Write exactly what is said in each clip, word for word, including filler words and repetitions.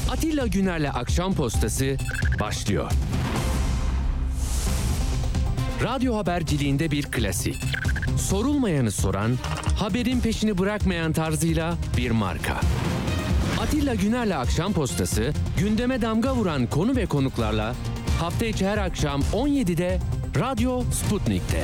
Atilla Güner'le Akşam Postası başlıyor. Radyo haberciliğinde bir klasik. Sorulmayanı soran, haberin peşini bırakmayan tarzıyla bir marka. Atilla Güner'le Akşam Postası, gündeme damga vuran konu ve konuklarla hafta içi her akşam on yedide Radyo Sputnik'te.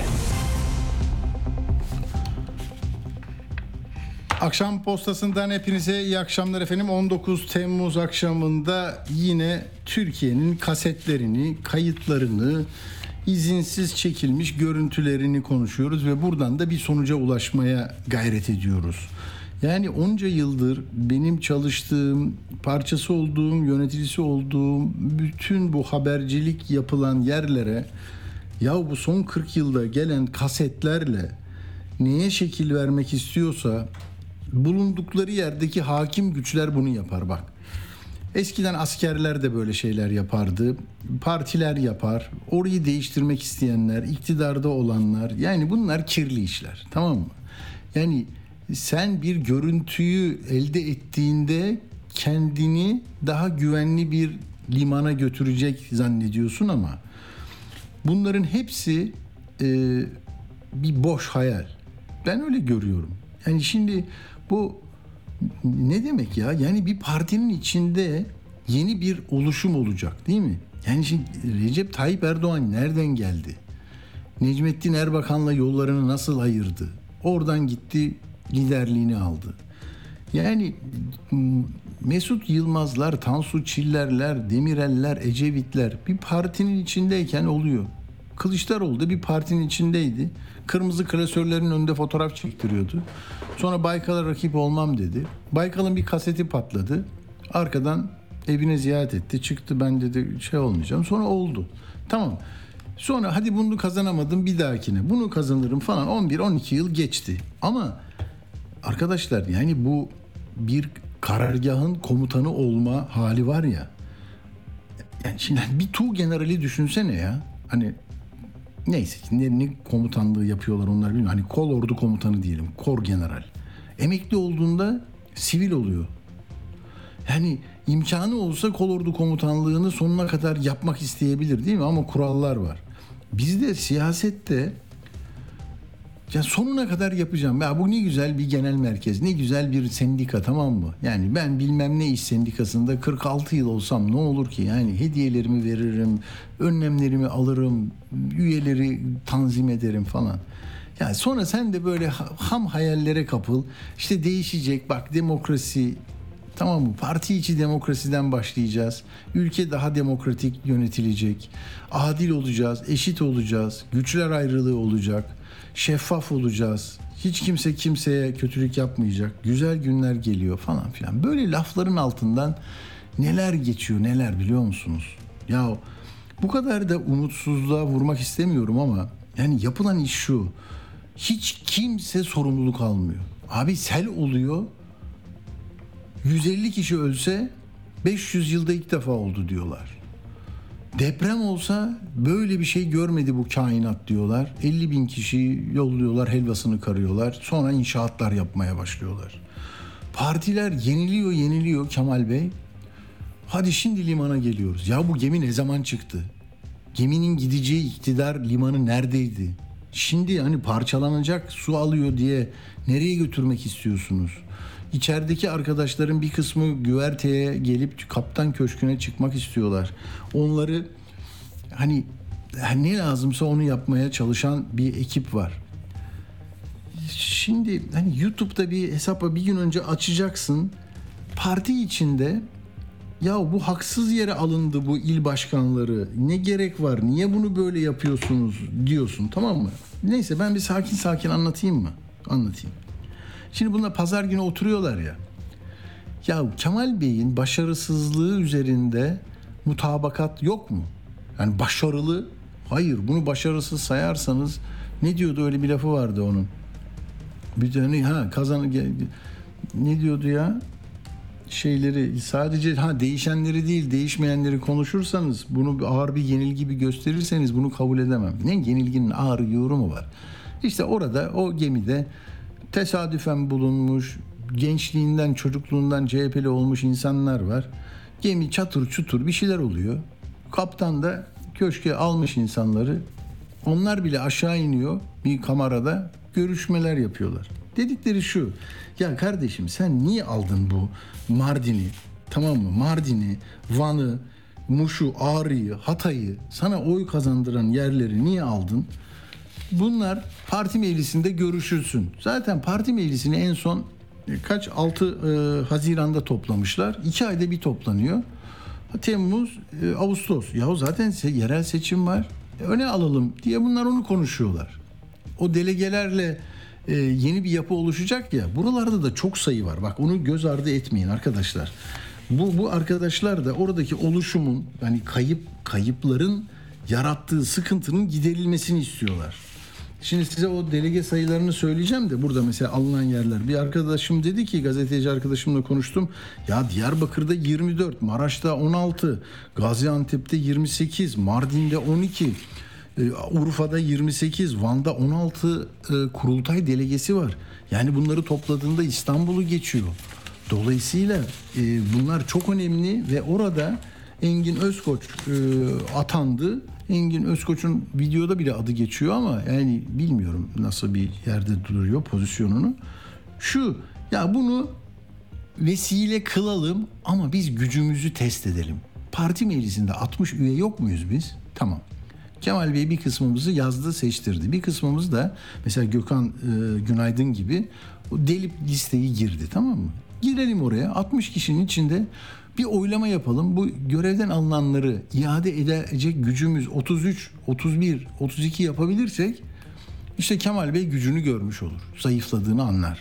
Akşam Postası'ndan hepinize iyi akşamlar efendim. on dokuz Temmuz akşamında yine Türkiye'nin kasetlerini, kayıtlarını, izinsiz çekilmiş görüntülerini konuşuyoruz ve buradan da bir sonuca ulaşmaya gayret ediyoruz. Yani onca yıldır benim çalıştığım, parçası olduğum, yöneticisi olduğum bütün bu habercilik yapılan yerlere ya bu son kırk yılda gelen kasetlerle neye şekil vermek istiyorsa bulundukları yerdeki hakim güçler bunu yapar bak. Eskiden askerler de böyle şeyler yapardı. Partiler yapar. Orayı değiştirmek isteyenler, iktidarda olanlar. Yani bunlar kirli işler. Tamam mı? Yani sen bir görüntüyü elde ettiğinde kendini daha güvenli bir limana götürecek zannediyorsun ama bunların hepsi e, bir boş hayal. Ben öyle görüyorum. Yani şimdi bu ne demek ya? Yani bir partinin içinde yeni bir oluşum olacak değil mi? Yani şimdi Recep Tayyip Erdoğan nereden geldi? Necmettin Erbakan'la yollarını nasıl ayırdı? Oradan gitti liderliğini aldı. Yani Mesut Yılmazlar, Tansu Çillerler, Demireller, Ecevitler bir partinin içindeyken oluyor. Kılıçdaroğlu da bir partinin içindeydi. Kırmızı klasörlerin önünde fotoğraf çektiriyordu. Sonra Baykal'a rakip olmam dedi. Baykal'ın bir kaseti patladı. Arkadan evine ziyaret etti. Çıktı, ben dedi şey olmayacağım. Sonra oldu. Tamam. Sonra hadi bunu kazanamadım, bir dahakine bunu kazanırım falan. on bir on iki yıl geçti. Ama arkadaşlar yani bu bir karargahın komutanı olma hali var ya. Yani şimdi bir Tuğgenerali düşünsene ya. Hani neyse ki ne, ne komutanlığı yapıyorlar onlar bilmiyorum. Hani kol ordu komutanı diyelim. Kor general. Emekli olduğunda sivil oluyor. Yani imkanı olsa kol ordu komutanlığını sonuna kadar yapmak isteyebilir değil mi? Ama kurallar var. Bizde siyasette ya sonuna kadar yapacağım. Ya bu ne güzel bir genel merkez, ne güzel bir sendika, tamam mı? Yani ben bilmem ne iş sendikasında kırk altı yıl olsam ne olur ki? Yani hediyelerimi veririm, önlemlerimi alırım, üyeleri tanzim ederim falan. Yani sonra sen de böyle ham hayallere kapıl. İşte değişecek, bak demokrasi, tamam mı? Parti içi demokrasiden başlayacağız. Ülke daha demokratik yönetilecek. Adil olacağız, eşit olacağız, güçler ayrılığı olacak. Şeffaf olacağız. Hiç kimse kimseye kötülük yapmayacak. Güzel günler geliyor falan filan. Böyle lafların altından neler geçiyor, neler biliyor musunuz? Ya bu kadar da umutsuzluğa vurmak istemiyorum ama yani yapılan iş şu. Hiç kimse sorumluluk almıyor. Abi sel oluyor. yüz elli kişi ölse beş yüz yılda ilk defa oldu diyorlar. Deprem olsa böyle bir şey görmedi bu kainat diyorlar. elli bin kişi yolluyorlar, helvasını karıyorlar. Sonra inşaatlar yapmaya başlıyorlar. Partiler yeniliyor yeniliyor Kemal Bey. Hadi şimdi limana geliyoruz. Ya bu gemi ne zaman çıktı? Geminin gideceği iktidar limanı neredeydi? Şimdi hani parçalanacak, su alıyor diye nereye götürmek istiyorsunuz? İçerideki arkadaşların bir kısmı güverteye gelip kaptan köşküne çıkmak istiyorlar. Onları hani ne lazımsa onu yapmaya çalışan bir ekip var. Şimdi hani YouTube'da bir hesapla bir gün önce açacaksın. Parti içinde ya bu haksız yere alındı bu il başkanları. Ne gerek var? Niye bunu böyle yapıyorsunuz diyorsun, tamam mı? Neyse ben bir sakin sakin anlatayım mı? Anlatayım. Şimdi bunlar pazar günü oturuyorlar ya. Ya Kemal Bey'in başarısızlığı üzerinde mutabakat yok mu? Yani başarılı, hayır bunu başarısız sayarsanız ne diyordu, öyle bir lafı vardı onun. Bir tane ha kazan ne diyordu ya? Şeyleri sadece ha değişenleri değil değişmeyenleri konuşursanız, bunu ağır bir yenilgi gibi gösterirseniz bunu kabul edemem. Ne yenilginin ağır yorumu var? İşte orada o gemide tesadüfen bulunmuş, gençliğinden, çocukluğundan C H P'li olmuş insanlar var. Gemi çatır çutur bir şeyler oluyor. Kaptan da köşke almış insanları. Onlar bile aşağı iniyor bir kamerada, görüşmeler yapıyorlar. Dedikleri şu: ya kardeşim sen niye aldın bu Mardin'i, tamam mı? Mardin'i, Van'ı, Muş'u, Ağrı'yı, Hatay'ı, sana oy kazandıran yerleri niye aldın? Bunlar parti meclisinde görüşülsün. Zaten parti meclisini en son kaç altı e, Haziran'da toplamışlar. iki ayda bir toplanıyor. Temmuz, e, Ağustos. Yahu zaten se- yerel seçim var. E, öne alalım diye bunlar onu konuşuyorlar. O delegelerle e, yeni bir yapı oluşacak ya. Buralarda da çok sayı var. Bak onu göz ardı etmeyin arkadaşlar. Bu bu arkadaşlar da oradaki oluşumun, yani kayıp kayıpların yarattığı sıkıntının giderilmesini istiyorlar. Şimdi size o delege sayılarını söyleyeceğim de burada mesela alınan yerler. Bir arkadaşım dedi ki, gazeteci arkadaşımla konuştum. Ya Diyarbakır'da yirmi dört, Maraş'ta on altı, Gaziantep'te yirmi sekiz, Mardin'de on iki, Urfa'da yirmi sekiz, Van'da on altı e, kurultay delegesi var. Yani bunları topladığında İstanbul'u geçiyor. Dolayısıyla e, bunlar çok önemli ve orada Engin Özkoç e, atandı. Engin Özkoç'un videoda bile adı geçiyor ama yani bilmiyorum nasıl bir yerde duruyor pozisyonunu. Şu, ya bunu vesile kılalım ama biz gücümüzü test edelim. Parti meclisinde altmış üye yok muyuz biz? Tamam. Kemal Bey bir kısmımızı yazdı, seçtirdi. Bir kısmımız da mesela Gökhan e, Günaydın gibi delip listeyi girdi, tamam mı? Girelim oraya, altmış kişinin içinde bir oylama yapalım. Bu görevden alınanları iade edecek gücümüz otuz üç, otuz bir, otuz iki yapabilirsek işte Kemal Bey gücünü görmüş olur. Zayıfladığını anlar.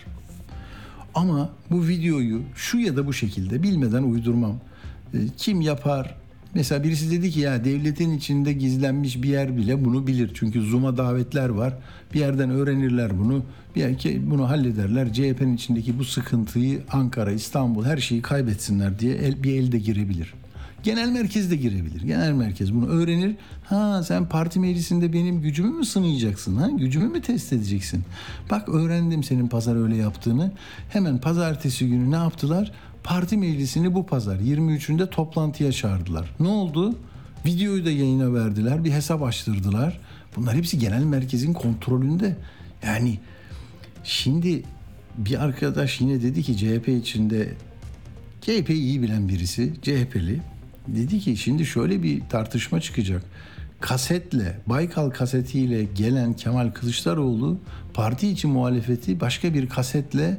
Ama bu videoyu şu ya da bu şekilde bilmeden uydurmam. E, kim yapar? Mesela birisi dedi ki ya devletin içinde gizlenmiş bir yer bile bunu bilir. Çünkü Zoom'a davetler var. Bir yerden öğrenirler bunu. Bir yer ki bunu hallederler. C H P'nin içindeki bu sıkıntıyı Ankara, İstanbul her şeyi kaybetsinler diye el, bir elde girebilir. Genel merkez de girebilir. Genel merkez bunu öğrenir. Ha sen parti meclisinde benim gücümü mü sınayacaksın? Ha? Gücümü mü test edeceksin? Bak öğrendim senin pazar öyle yaptığını. Hemen pazartesi günü ne yaptılar? Parti meclisini bu pazar yirmi üçünde toplantıya çağırdılar. Ne oldu? Videoyu da yayına verdiler. Bir hesap açtırdılar. Bunlar hepsi genel merkezin kontrolünde. Yani şimdi bir arkadaş yine dedi ki C H P içinde, C H P'yi iyi bilen birisi, C H P'li dedi ki şimdi şöyle bir tartışma çıkacak. Kasetle, Baykal kasetiyle gelen Kemal Kılıçdaroğlu parti içi muhalefeti başka bir kasetle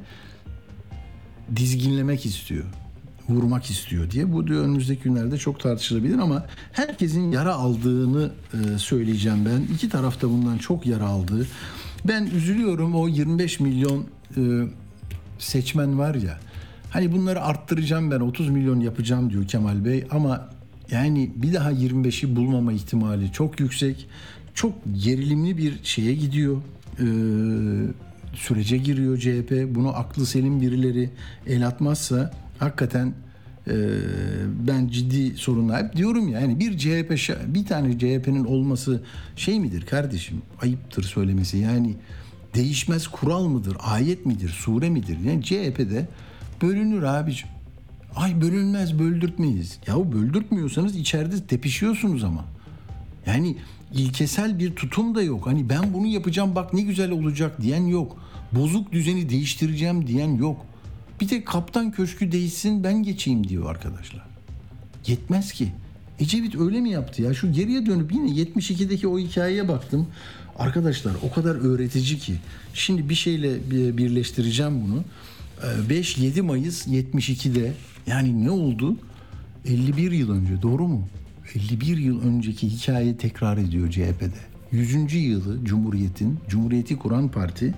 dizginlemek istiyor, vurmak istiyor diye. Bu diyor önümüzdeki günlerde çok tartışılabilir ama herkesin yara aldığını e, söyleyeceğim ben. İki tarafta bundan çok yara aldı. Ben üzülüyorum, o yirmi beş milyon e, seçmen var ya. Hani bunları arttıracağım ben, otuz milyon yapacağım diyor Kemal Bey ama yani bir daha yirmi beşi bulmama ihtimali çok yüksek. Çok gerilimli bir şeye gidiyor. Eee sürece giriyor C H P. Bunu aklı selim birileri el atmazsa hakikaten e, ben ciddi sorunlar. Hep diyorum ya, yani bir C H P, bir tane C H P'nin olması şey midir kardeşim? Ayıptır söylemesi. Yani değişmez kural mıdır? Ayet midir? Sure midir? Yani C H P'de bölünür abicim. Ay bölünmez, böldürtmeyiz. Yahu böldürtmüyorsanız içeride tepişiyorsunuz ama. Yani ilkesel bir tutum da yok. Hani ben bunu yapacağım bak ne güzel olacak diyen yok. Bozuk düzeni değiştireceğim diyen yok. Bir tek Kaptan Köşkü değişsin ben geçeyim diyor arkadaşlar. Yetmez ki. Ecevit öyle mi yaptı ya? Şu geriye dönüp yine yetmiş ikideki o hikayeye baktım. Arkadaşlar o kadar öğretici ki. Şimdi bir şeyle birleştireceğim bunu. beş yedi Mayıs yetmiş ikide yani ne oldu? elli bir yıl önce, doğru mu? elli bir yıl önceki hikaye tekrar ediyor C H P'de. yüzüncü yılı Cumhuriyet'in, Cumhuriyeti kuran parti.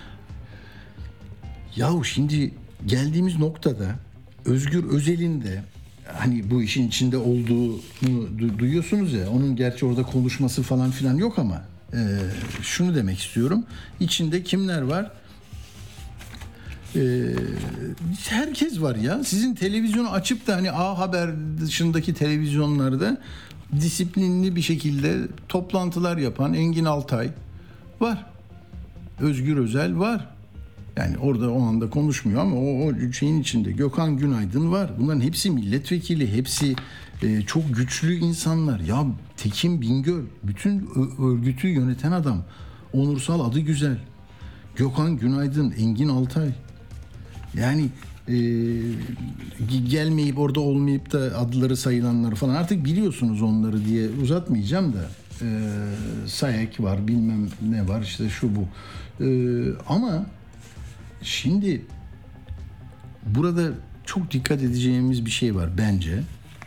Yahu şimdi geldiğimiz noktada Özgür Özel'in de hani bu işin içinde olduğunu du- duyuyorsunuz ya, onun gerçi orada konuşması falan filan yok ama e, şunu demek istiyorum. İçinde kimler var? Ee, herkes var ya. Sizin televizyonu açıp da hani A Haber dışındaki televizyonlarda disiplinli bir şekilde toplantılar yapan Engin Altay var. Özgür Özel var. Yani orada o anda konuşmuyor ama o, o şeyin içinde Gökhan Günaydın var. Bunların hepsi milletvekili, hepsi e, çok güçlü insanlar. Ya Tekin Bingöl, bütün örgütü yöneten adam. Onursal adı güzel. Gökhan Günaydın, Engin Altay. Yani e, gelmeyip orada olmayıp da adları sayılanları falan artık biliyorsunuz onları diye uzatmayacağım da. E, Sayek var, bilmem ne var, işte şu bu. E, ama şimdi burada çok dikkat edeceğimiz bir şey var bence.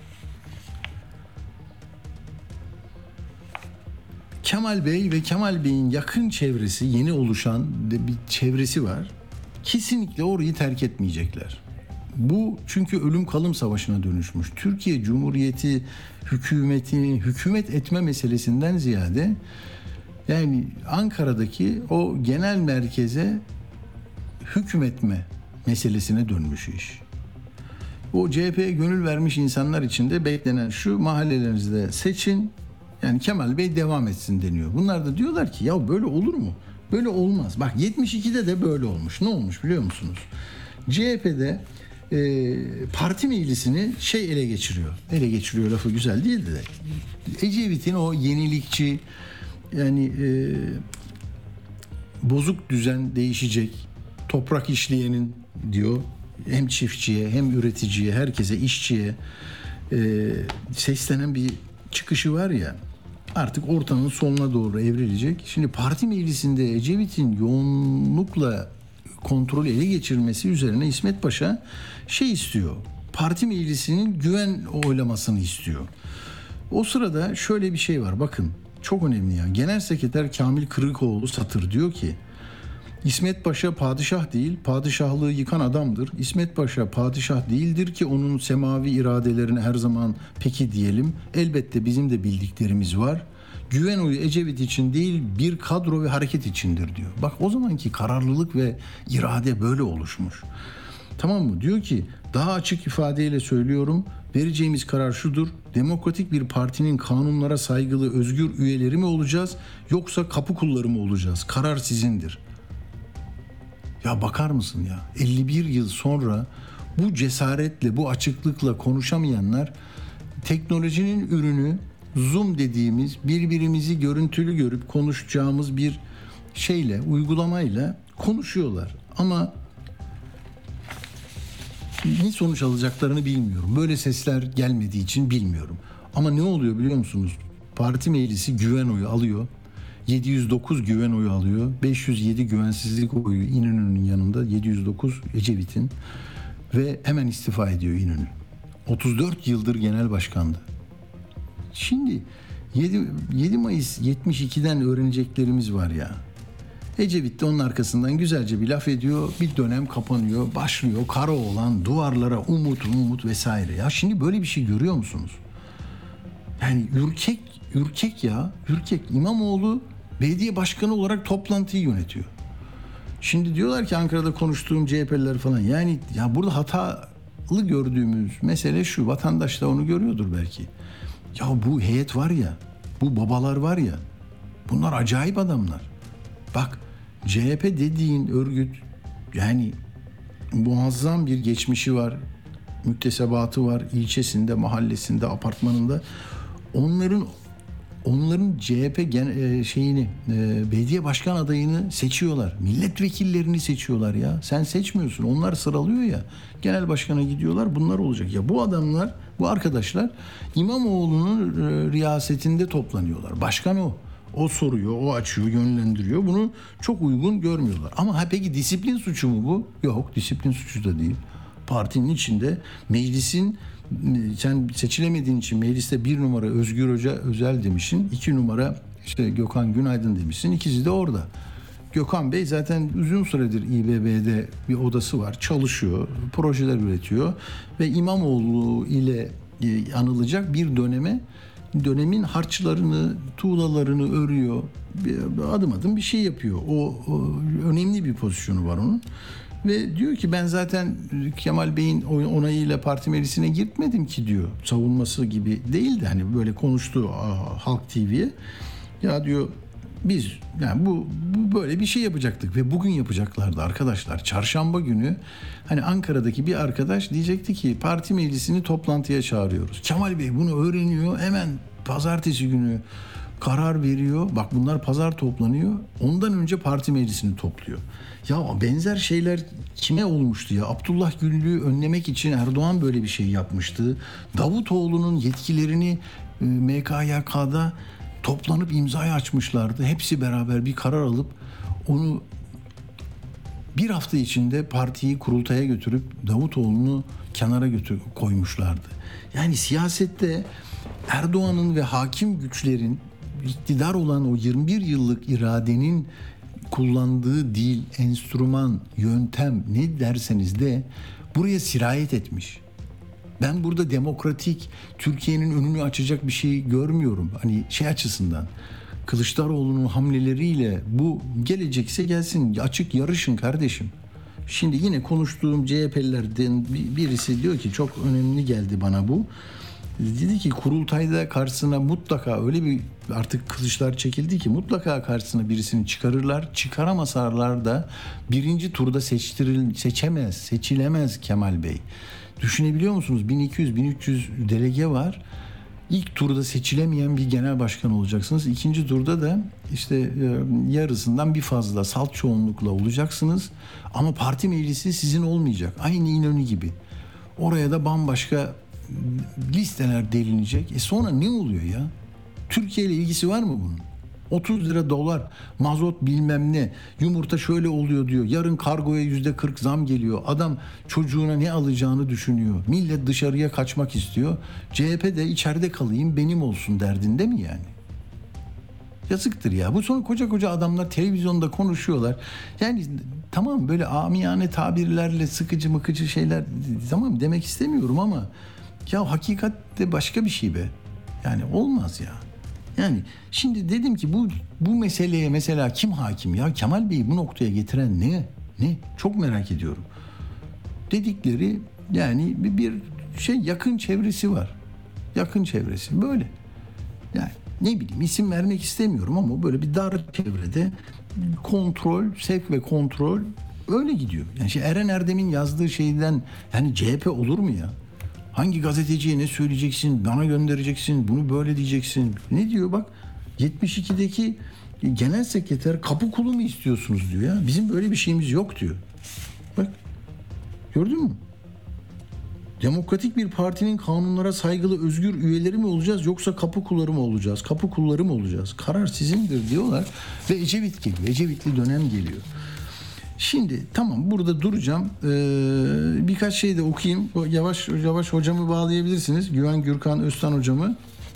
Kemal Bey ve Kemal Bey'in yakın çevresi, yeni oluşan bir çevresi var. Kesinlikle orayı terk etmeyecekler. Bu çünkü ölüm kalım savaşına dönüşmüş. Türkiye Cumhuriyeti hükümetini hükümet etme meselesinden ziyade yani Ankara'daki o genel merkeze hükmetme meselesine dönmüş iş. O C H P'ye gönül vermiş insanlar için de beklenen şu: mahallelerinizde seçin, yani Kemal Bey devam etsin deniyor. Bunlar da diyorlar ki ya böyle olur mu? Böyle olmaz. Bak yetmiş ikide de böyle olmuş. Ne olmuş biliyor musunuz? C H P'de e, parti meclisini şey ele geçiriyor. Ele geçiriyor lafı güzel değildi de. Ecevit'in o yenilikçi, yani e, bozuk düzen değişecek, toprak işleyenin diyor, hem çiftçiye hem üreticiye, herkese, işçiye e, seslenen bir çıkışı var ya, artık ortanın sonuna doğru evrilecek. Şimdi parti meclisinde Ecevit'in yoğunlukla kontrolü ele geçirmesi üzerine İsmet Paşa şey istiyor. Parti meclisinin güven oylamasını istiyor. O sırada şöyle bir şey var, bakın çok önemli ya. Genel Sekreter Kamil Kırıkoğlu Satır diyor ki İsmet Paşa padişah değil, padişahlığı yıkan adamdır. İsmet Paşa padişah değildir ki onun semavi iradelerine her zaman peki diyelim. Elbette bizim de bildiklerimiz var. Güven oyu Ecevit için değil, bir kadro ve hareket içindir diyor. Bak o zamanki kararlılık ve irade böyle oluşmuş. Tamam mı? Diyor ki daha açık ifadeyle söylüyorum. Vereceğimiz karar şudur: demokratik bir partinin kanunlara saygılı, özgür üyeleri mi olacağız yoksa kapı kulları mı olacağız? Karar sizindir. Ya bakar mısın ya? elli bir yıl sonra bu cesaretle, bu açıklıkla konuşamayanlar teknolojinin ürünü Zoom dediğimiz, birbirimizi görüntülü görüp konuşacağımız bir şeyle, uygulamayla konuşuyorlar. Ama ne sonuç alacaklarını bilmiyorum. Böyle sesler gelmediği için bilmiyorum. Ama ne oluyor biliyor musunuz? Parti meclisi güven oyu alıyor. yedi yüz dokuz güven oyu alıyor. beş yüz yedi güvensizlik oyu İnönü'nün yanında. yedi yüz dokuz Ecevit'in. Ve hemen istifa ediyor İnönü. otuz dört yıldır genel başkandı. Şimdi yedi Mayıs yetmiş ikiden öğreneceklerimiz var ya. Ecevit de onun arkasından güzelce bir laf ediyor. Bir dönem kapanıyor. Başlıyor Karaoğlan, duvarlara umut umut vesaire. Ya şimdi böyle bir şey görüyor musunuz? Yani ürkek, ürkek ya. Ürkek. İmamoğlu belediye başkanı olarak toplantıyı yönetiyor. Şimdi diyorlar ki Ankara'da konuştuğum C H P'liler falan. Yani ya burada hatalı gördüğümüz mesele şu. Vatandaş da onu görüyordur belki. Ya bu heyet var ya, bu babalar var ya, bunlar acayip adamlar. Bak C H P dediğin örgüt yani muazzam bir geçmişi var, müktesebatı var, ilçesinde, mahallesinde, apartmanında. Onların onların C H P gen, şeyini, belediye başkan adayını seçiyorlar. Milletvekillerini seçiyorlar ya. Sen seçmiyorsun. Onlar sıralıyor ya. Genel başkana gidiyorlar. Bunlar olacak. Ya bu adamlar, bu arkadaşlar İmamoğlu'nun riyasetinde toplanıyorlar. Başkan o. O soruyor, o açıyor, yönlendiriyor. Bunu çok uygun görmüyorlar. Ama ha peki disiplin suçu mu bu? Yok, disiplin suçu da değil. Partinin içinde meclisin, sen seçilemediğin için mecliste bir numara Özgür Hoca Özel demişsin, iki numara işte Gökhan Günaydın demişsin. İkisi de orada. Gökhan Bey zaten uzun süredir İ B B'de bir odası var, çalışıyor, projeler üretiyor ve İmamoğlu ile anılacak bir döneme, dönemin harçlarını, tuğlalarını örüyor, adım adım bir şey yapıyor. O, o önemli bir pozisyonu var onun. Ve diyor ki ben zaten Kemal Bey'in onayıyla parti meclisine gitmedim ki diyor. Savunması gibi değil de hani böyle konuştu Halk T V'ye. Ya diyor biz yani bu, bu böyle bir şey yapacaktık ve bugün yapacaklardı arkadaşlar. Çarşamba günü hani Ankara'daki bir arkadaş diyecekti ki parti meclisini toplantıya çağırıyoruz. Kemal Bey bunu öğreniyor, hemen pazartesi günü karar veriyor. Bak bunlar pazar toplanıyor. Ondan önce parti meclisini topluyor. Ya benzer şeyler kime olmuştu ya? Abdullah Gül'ü önlemek için Erdoğan böyle bir şey yapmıştı. Davutoğlu'nun yetkilerini e, M K Y K'da toplanıp imzayı açmışlardı. Hepsi beraber bir karar alıp onu bir hafta içinde partiyi kurultaya götürüp Davutoğlu'nu kenara götür koymuşlardı. Yani siyasette Erdoğan'ın ve hakim güçlerin iktidar olan o yirmi bir yıllık iradenin kullandığı dil, enstrüman, yöntem ne derseniz de buraya sirayet etmiş. Ben burada demokratik Türkiye'nin önünü açacak bir şey görmüyorum. Hani şey açısından Kılıçdaroğlu'nun hamleleriyle bu gelecekse gelsin, açık yarışın kardeşim. Şimdi yine konuştuğum C H P'lilerden birisi diyor ki çok önemli geldi bana bu. Dedi ki kurultayda karşısına mutlaka öyle bir artık kılıçlar çekildi ki mutlaka karşısına birisini çıkarırlar. Çıkaramasalar da birinci turda seçtiril, seçemez, seçilemez Kemal Bey. Düşünebiliyor musunuz? bin iki yüz bin üç yüz delege var. İlk turda seçilemeyen bir genel başkan olacaksınız. İkinci turda da işte yarısından bir fazla salt çoğunlukla olacaksınız. Ama parti meclisi sizin olmayacak. Aynı İnönü gibi. Oraya da bambaşka listeler delinecek. E sonra ne oluyor ya? Türkiye ile ilgisi var mı bunun? otuz lira dolar, mazot bilmem ne, yumurta şöyle oluyor diyor. Yarın kargoya yüzde kırk zam geliyor. Adam çocuğuna ne alacağını düşünüyor. Millet dışarıya kaçmak istiyor. C H P de içeride kalayım benim olsun derdinde mi yani? Yazıktır ya. Bu sonra koca koca adamlar televizyonda konuşuyorlar. Yani tamam böyle amiyane tabirlerle sıkıcı mıkıcı şeyler tamam demek istemiyorum ama ya hakikat de başka bir şey be. Yani olmaz ya. Yani şimdi dedim ki bu bu meseleye mesela kim hakim ya? Kemal Bey'i bu noktaya getiren ne? Ne? Çok merak ediyorum. Dedikleri yani bir, bir şey yakın çevresi var. Yakın çevresi böyle. Yani ne bileyim isim vermek istemiyorum ama böyle bir dar çevrede kontrol, sevk ve kontrol öyle gidiyor. Yani şey Eren Erdem'in yazdığı şeyden yani C H P olur mu ya? Hangi gazeteciye ne söyleyeceksin, bana göndereceksin, bunu böyle diyeceksin. Ne diyor bak yetmiş ikideki genel sekreter kapı kulu mu istiyorsunuz diyor ya. Bizim böyle bir şeyimiz yok diyor. Bak gördün mü? Demokratik bir partinin kanunlara saygılı özgür üyeleri mi olacağız yoksa kapı kulları mı olacağız? Kapı kulları mı olacağız? Karar sizindir diyorlar ve Ecevit geliyor. Ecevitli dönem geliyor. Şimdi tamam burada duracağım. Ee, birkaç şey de okuyayım. Yavaş yavaş hocamı bağlayabilirsiniz. Güven Gürkan Öztan hocamı.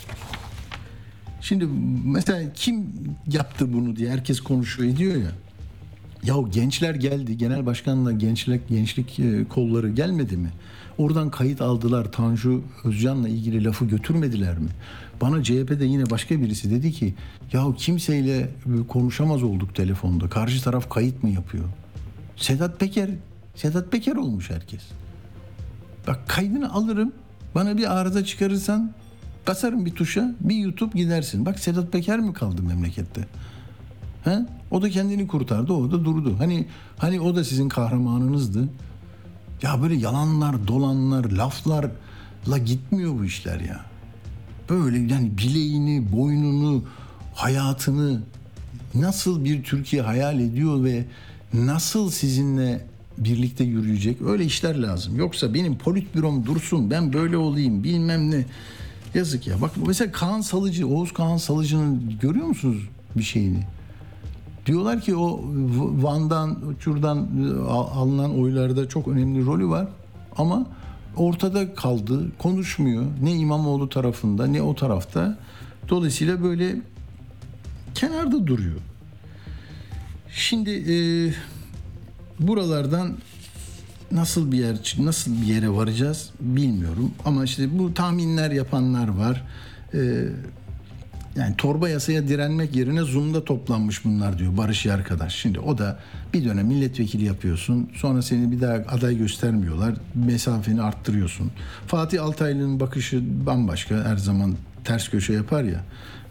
Şimdi mesela kim yaptı bunu diye herkes konuşuyor ediyor ya. Ya gençler geldi. Genel başkanla gençlik gençlik kolları gelmedi mi? Oradan kayıt aldılar. Tanju Özcan'la ilgili lafı götürmediler mi? Bana C H P'de yine başka birisi dedi ki ya kimseyle konuşamaz olduk telefonda. Karşı taraf kayıt mı yapıyor? Sedat Peker, Sedat Peker olmuş herkes. Bak kaydını alırım. Bana bir arıza çıkarırsan basarım bir tuşa, bir YouTube gidersin. Bak Sedat Peker mi kaldı memlekette? He? O da kendini kurtardı, o da durdu. Hani hani o da sizin kahramanınızdı. Ya böyle yalanlar, dolanlar, laflarla gitmiyor bu işler ya. Böyle yani bileğini, boynunu, hayatını nasıl bir Türkiye hayal ediyor ve nasıl sizinle birlikte yürüyecek öyle işler lazım. Yoksa benim politbürom dursun, ben böyle olayım bilmem ne. Yazık ya. Bak mesela Kaan Salıcı, Oğuz Kaan Salıcı'nın görüyor musunuz bir şeyini? Diyorlar ki o Van'dan, şuradan alınan oylarda çok önemli rolü var. Ama ortada kaldı, konuşmuyor. Ne İmamoğlu tarafında ne o tarafta. Dolayısıyla böyle kenarda duruyor. Şimdi e, buralardan nasıl bir yer, nasıl bir yere varacağız bilmiyorum. Ama işte bu tahminler yapanlar var. E, yani torba yasaya direnmek yerine Zoom'da toplanmış bunlar diyor Barış arkadaş. Şimdi o da bir dönem milletvekili yapıyorsun. Sonra seni bir daha aday göstermiyorlar. Mesafeni arttırıyorsun. Fatih Altaylı'nın bakışı bambaşka. Her zaman ters köşe yapar ya.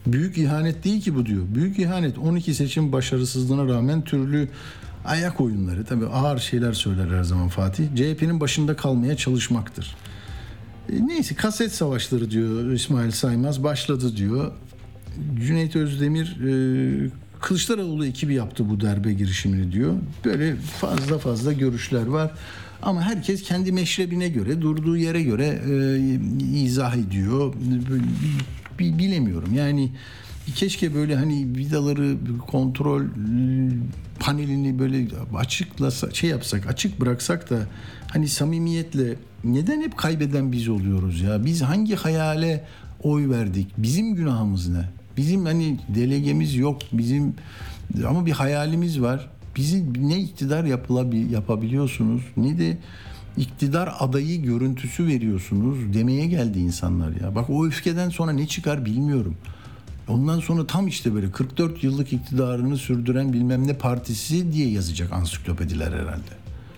Büyük ihanet değil ki bu diyor. Büyük ihanet on iki seçim başarısızlığına rağmen türlü ayak oyunları, tabii ağır şeyler söyler her zaman Fatih. C H P'nin başında kalmaya çalışmaktır. E, neyse kaset savaşları diyor İsmail Saymaz başladı diyor. Cüneyt Özdemir e, Kılıçdaroğlu ekibi yaptı bu darbe girişimini diyor. Böyle fazla fazla görüşler var. Ama herkes kendi meşrebine göre, durduğu yere göre e, izah ediyor. B- bilemiyorum. Yani keşke böyle hani vidaları kontrol panelini böyle açıklasa, şey yapsak, açık bıraksak da hani samimiyetle neden hep kaybeden biz oluyoruz ya? Biz hangi hayale oy verdik? Bizim günahımız ne? Bizim hani delegemiz yok. Bizim ama bir hayalimiz var. Bizi ne iktidar yapılabil, yapabiliyorsunuz ne de iktidar adayı görüntüsü veriyorsunuz demeye geldi insanlar ya. Bak o öfkeden sonra ne çıkar bilmiyorum. Ondan sonra tam işte böyle kırk dört yıllık iktidarını sürdüren bilmem ne partisi diye yazacak ansiklopediler herhalde.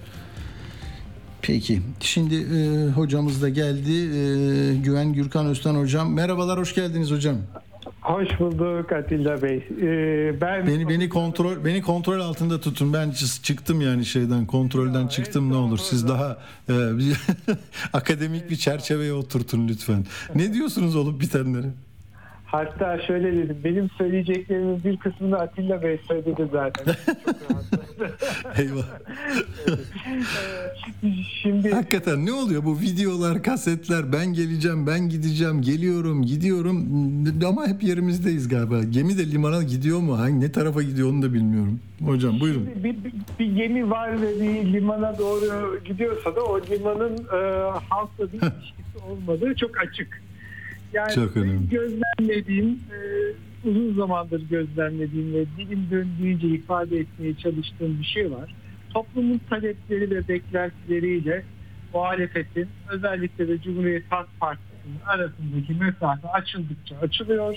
Peki. Şimdi e, hocamız da geldi. E, Güven Gürkan Öztan hocam. Merhabalar, hoş geldiniz hocam. Hoş bulduk Atilla Bey. Ee, ben beni beni kontrol beni kontrol altında tutun. Ben çıktım yani şeyden, kontrolden ya, çıktım, ne olur. Siz daha e, akademik bir çerçeveye oturtun lütfen. Ne diyorsunuz olup bitenleri? Hatta şöyle dedim. Benim söyleyeceklerimin bir kısmını Atilla Bey söyledi zaten. Eyvah. Şimdi hakikaten ne oluyor bu videolar, kasetler, ben geleceğim, ben gideceğim, geliyorum, gidiyorum ama hep yerimizdeyiz galiba. Gemi de limana gidiyor mu? Hangi ne tarafa gidiyor onu da bilmiyorum. Hocam buyurun. Bir, bir, bir gemi var ve bir limana doğru gidiyorsa da o limanın e, halkla bir ilişkisi olmadığı çok açık. Yani çok önemli. Gözlemlediğim, e, uzun zamandır gözlemlediğim ve dilim döndüğünce ifade etmeye çalıştığım bir şey var. Toplumun talepleri ve beklentileriyle muhalefetin, özellikle de Cumhuriyet Halk Partisi'nin arasındaki mesafe açıldıkça açılıyor.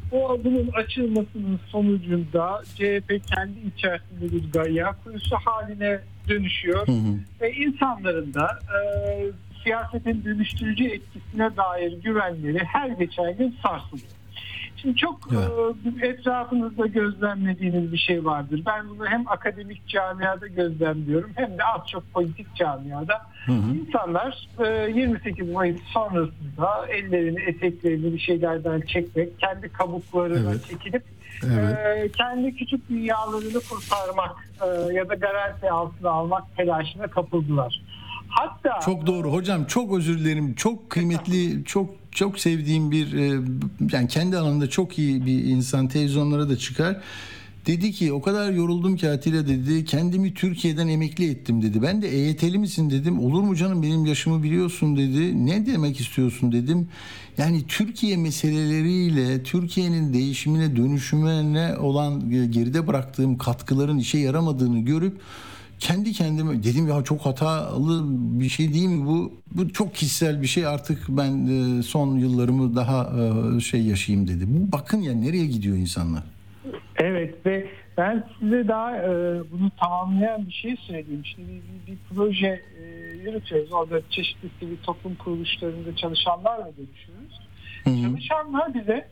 O bunun açılmasının sonucunda C H P kendi içerisinde bir gayya kuyusu haline dönüşüyor. Hı hı. Ve insanların da e, siyasetin dönüştürücü etkisine dair güvenleri her geçen gün sarsılıyor. Şimdi çok evet. e, etrafınızda gözlemlediğiniz bir şey vardır. Ben bunu hem akademik camiada gözlemliyorum hem de az çok politik camiada. Hı hı. İnsanlar e, yirmi sekiz Mayıs sonrasında ellerini, eteklerini bir şeylerden çekmek, kendi kabuklarına evet. çekilip evet. E, kendi küçük dünyalarını kurtarmak e, ya da garanti altına almak telaşına kapıldılar. Hatta çok doğru hocam, çok özür dilerim, çok kıymetli, çok çok sevdiğim bir yani kendi alanında çok iyi bir insan, televizyonlara da çıkar. Dedi ki o kadar yoruldum ki Atilla dedi, kendimi Türkiye'den emekli ettim dedi. Ben de E Y T'li misin dedim. Olur mu canım, benim yaşımı biliyorsun dedi. Ne demek istiyorsun dedim. Yani Türkiye meseleleriyle Türkiye'nin değişimine, dönüşümüne olan geride bıraktığım katkıların işe yaramadığını görüp kendi kendime dedim ya çok hatalı bir şey değil mi bu? Bu çok kişisel bir şey, artık ben son yıllarımı daha şey yaşayayım dedi. Bu bakın ya nereye gidiyor insanlar. Evet ve ben size daha bunu tamamlayan bir şey söyleyeyim. Şimdi bir, bir, bir proje yürütüyoruz. Orada çeşitli sivil toplum kuruluşlarında çalışanlarla görüşüyoruz. Hı-hı. Çalışanlar bize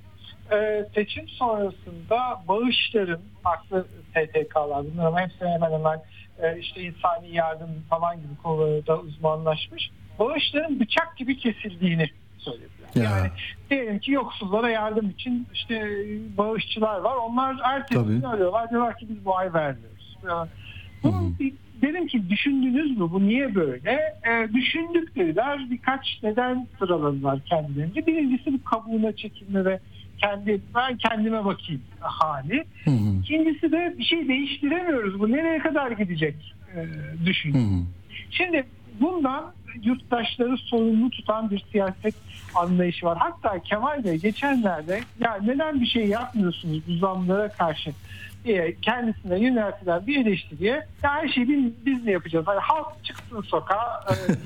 seçim sonrasında bağışların, farklı S T K'lar bunlar ama hepsine hemen hemen işte insani yardım falan gibi konularda uzmanlaşmış, bağışların bıçak gibi kesildiğini söylediler. Ya. Yani diyelim ki yoksullara yardım için işte bağışçılar var. Onlar ertesi gün arıyorlar. Diyorlar ki biz bu ay vermiyoruz. Yani, bunu dedim ki düşündünüz mü? Bu niye böyle? E, düşündük dediler. Birkaç neden sıraladılar kendilerince. Birincisi bu kabuğuna çekilme ve kendi ben kendime bakayım hali. Hı hı. İkincisi de bir şey değiştiremiyoruz. Bu nereye kadar gidecek e, düşünün. Şimdi bundan yurttaşları sorumlu tutan bir siyaset anlayışı var. Hatta Kemal Bey geçenlerde ya neden bir şey yapmıyorsunuz bu zamlara karşı diye kendisine yöneltilen bir eleştiriye ya her şeyi biz, biz mi yapacağız? Yani halk çıksın sokağa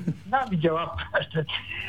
e, bir cevap verdi.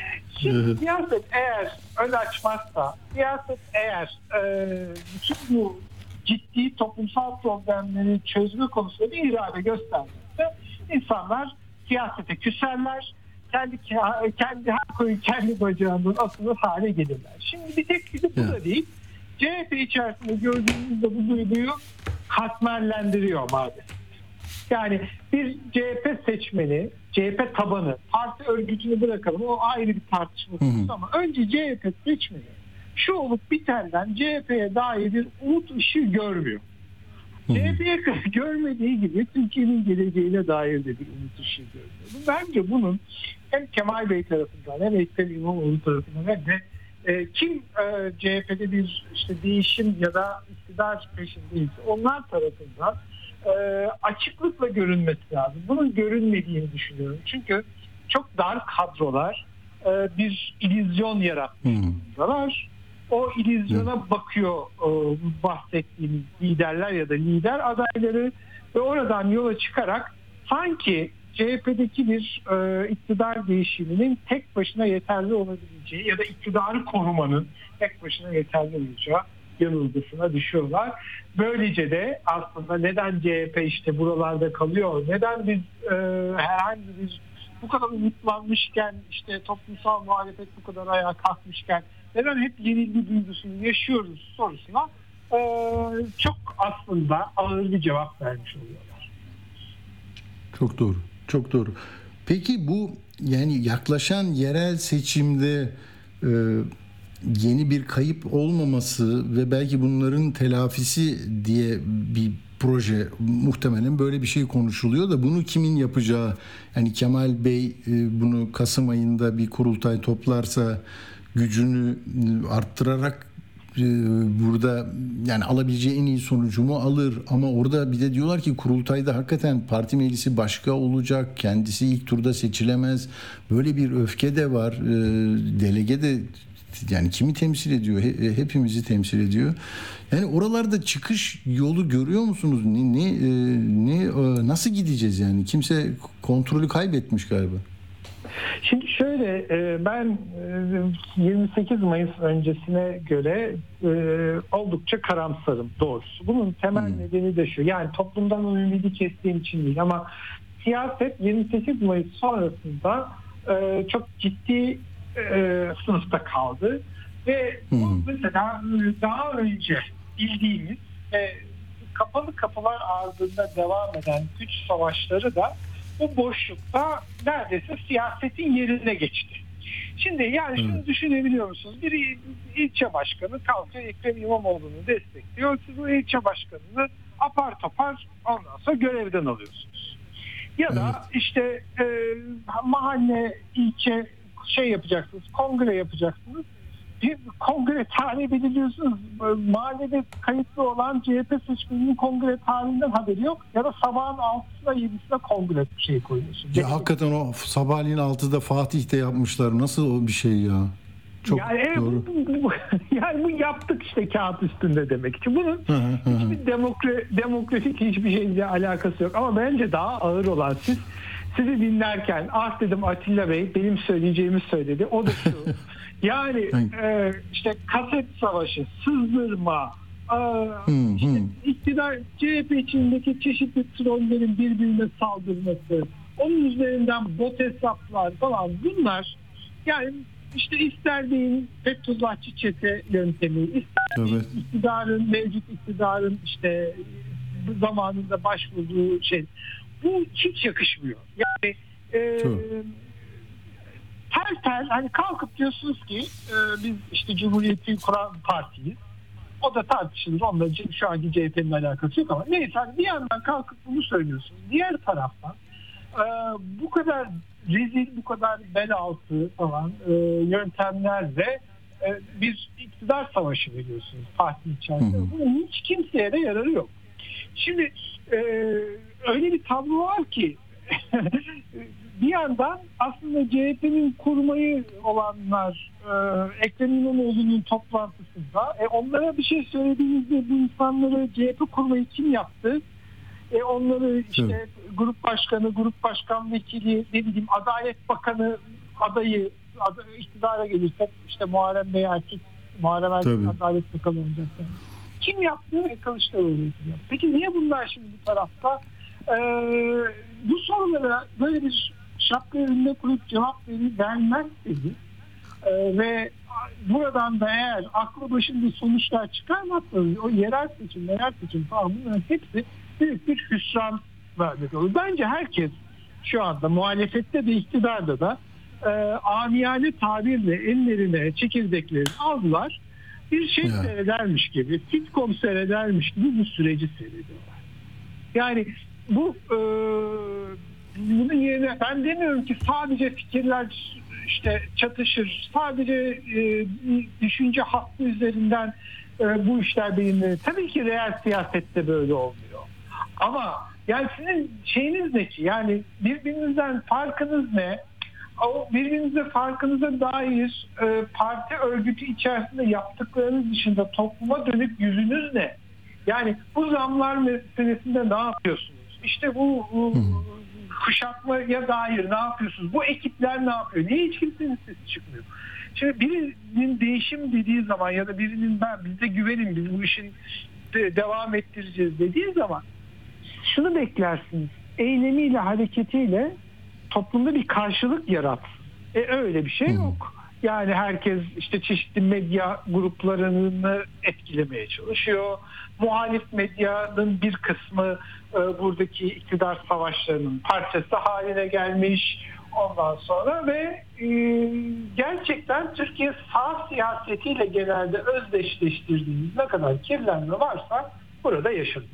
Şimdi siyaset eğer ön açmazsa, siyaset eğer e, bütün bu ciddi toplumsal problemleri çözme konusunda bir irade göstermezse insanlar siyasete küserler, kendi kendi koyu kendi bacağından asılır hale gelirler. Şimdi bir tek bir de bu da değil. C H P içerisinde gördüğümüzde bu duyguyu katmerlendiriyor maalesef. Yani bir C H P seçmeni, C H P tabanı, parti örgütünü bırakalım, o ayrı bir tartışma konusu ama önce C H P seçmeni şu olup bitenden C H P'ye dair bir umut ışığı görmüyor. C H P'ye görmediği gibi Türkiye'nin geleceğine dair de bir umut ışığı görmüyor. Bence bunun hem Kemal Bey tarafından hem Ekrem İmamoğlu tarafından hem de e, kim e, C H P'de bir işte değişim ya da iktidar peşindeyse onlar tarafından e, açıklıkla görünmesi lazım. Bunun görünmediğini düşünüyorum. Çünkü çok dar kadrolar e, bir illüzyon yaratmışlar. O illüzyona bakıyor e, bahsettiğimiz liderler ya da lider adayları ve oradan yola çıkarak sanki C H P'deki bir e, iktidar değişiminin tek başına yeterli olabileceği ya da iktidarı korumanın tek başına yeterli olacağı yanılgısına düşüyorlar. Böylece de aslında neden C H P işte buralarda kalıyor, neden biz e, herhangi bir bu kadar umutlanmışken, işte toplumsal muhalefet bu kadar ayağa kalkmışken neden hep yenilgi duygusunu yaşıyoruz sorusuna e, çok aslında ağır bir cevap vermiş oluyorlar. Çok doğru, çok doğru. Peki bu yani yaklaşan yerel seçimde e, yeni bir kayıp olmaması ve belki bunların telafisi diye bir proje, muhtemelen böyle bir şey konuşuluyor da bunu kimin yapacağı, yani Kemal Bey e, bunu Kasım ayında bir kurultay toplarsa gücünü arttırarak e, burada yani alabileceği en iyi sonucu mu alır, ama orada bir de diyorlar ki kurultayda hakikaten parti meclisi başka olacak, kendisi ilk turda seçilemez, böyle bir öfke de var, e, delege de yani kimi temsil ediyor? He, hepimizi temsil ediyor. Yani oralarda çıkış yolu görüyor musunuz? Ne ne ne nasıl gideceğiz yani? Kimse kontrolü kaybetmiş galiba. Şimdi şöyle, ben yirmi sekiz Mayıs öncesine göre oldukça karamsarım doğrusu. Bunun temel hmm. nedeni de şu. Yani toplumdan o ümidi kestiğim için değil ama siyaset yirmi sekiz Mayıs sonrasında çok ciddi sınıfta kaldı ve hmm. mesela daha önce bildiğimiz ve kapalı kapılar ardında devam eden güç savaşları da bu boşlukta neredeyse siyasetin yerine geçti. Şimdi yani şunu hmm. düşünebiliyor musunuz? Bir ilçe başkanı kalkıyor Ekrem İmamoğlu'nu destekliyor. Siz o ilçe başkanını apar topar ondan sonra görevden alıyorsunuz. Ya da evet. işte e, mahalle, ilçe şey yapacaksınız, kongre yapacaksınız. Bir kongre tarihi belirliyorsunuz. Mahallede kayıtlı olan C H P seçmeninin kongre tarihinden haberi yok. Ya da sabahın altısına yedisine kongre şey koyuyorsunuz. Ya hakikaten o sabahleyin altıda Fatih'te yapmışlar. Nasıl o bir şey ya? Çok yani, doğru. Bu, bu, yani bu yaptık işte kağıt üstünde demek için. Bunun hiçbir demokra, demokratik hiçbir şeyle alakası yok. Ama bence daha ağır olan siz sizi dinlerken ah dedim Atilla Bey benim söyleyeceğimi söyledi. O da şu. Yani e, işte kaset savaşı, sızdırma, e, hmm, işte hmm. iktidar C H P içindeki çeşitli trollerin birbirine saldırması, onun üzerinden bot hesaplar falan, bunlar yani işte ister deyin Fethullahçı çete yöntemi, ister evet. iktidarın, mevcut iktidarın işte zamanında başvurduğu şey. Bu hiç yakışmıyor. Yani e, tel tel hani kalkıp diyorsunuz ki e, biz işte Cumhuriyet'i kuran partiyiz. O da tartışılır. Onunla şu anki C H P'nin alakası yok ama neyse hani bir yandan kalkıp bunu söylüyorsunuz. Diğer taraftan e, bu kadar rezil, bu kadar bel altı falan e, yöntemlerle e, bir iktidar savaşı veriyorsunuz parti içerisinde. Bunun hiç kimseye de yararı yok. Şimdi e, öyle bir tablo var ki bir yandan aslında C H P'nin kurmayı olanlar e, Ekrem İmamoğlu'nun toplantısında e, onlara bir şey söylediğinizde bu insanları C H P kurmayı kim yaptı? E, onları işte evet. grup başkanı, grup başkan vekili, ne bileyim Adalet Bakanı adayı ad, iktidara gelirse işte Muharrem Bey erkek, Muharrem Erkek Adalet Bakanı olacak. Kim yaptı? E, Kılıçdaroğlu yaptı. Peki niye bunlar şimdi bu tarafta? Ee, bu sorulara böyle bir şapka önünde kurup cevap verir, vermezseniz Ee, ve buradan da eğer aklı başında sonuçlar çıkarmazsanız o yerel seçim, yerel seçim falan bunların hepsi büyük bir hüsran vermek olur. Bence herkes şu anda muhalefette de iktidarda da e, amiyane tabirle ellerine çekirdeklerini aldılar. Bir şey ya. seyredermiş gibi, sitcom seyredermiş gibi bu süreci seyrediyorlar. Yani bu e, bunun yerine ben demiyorum ki sadece fikirler işte çatışır, sadece e, düşünce hattı üzerinden e, bu işler belirlenir. Tabii ki reel siyasette böyle olmuyor. Ama yani sizin şeyiniz ne ki? Yani birbirinizden farkınız ne? O birbirinizle farkınıza dair e, parti örgütü içerisinde yaptıklarınız dışında topluma dönük yüzünüz ne? Yani bu zamlar meselesinde ne yapıyorsunuz? İşte bu, bu kuşatmaya dair ne yapıyorsunuz? Bu ekipler ne yapıyor? Niye hiç kimsenin sesi çıkmıyor? Şimdi birinin değişim dediği zaman ya da birinin ben bize güvenin biz bu işin de devam ettireceğiz dediği zaman şunu beklersiniz. Eylemiyle, hareketiyle toplumda bir karşılık yaratsın. E öyle bir şey yok. Yani herkes işte çeşitli medya gruplarını etkilemeye çalışıyor. Muhalif medyanın bir kısmı e, buradaki iktidar savaşlarının parçası haline gelmiş. Ondan sonra ve e, gerçekten Türkiye sağ siyasetiyle genelde özdeşleştirdiğimiz ne kadar kirlenme varsa burada yaşadık.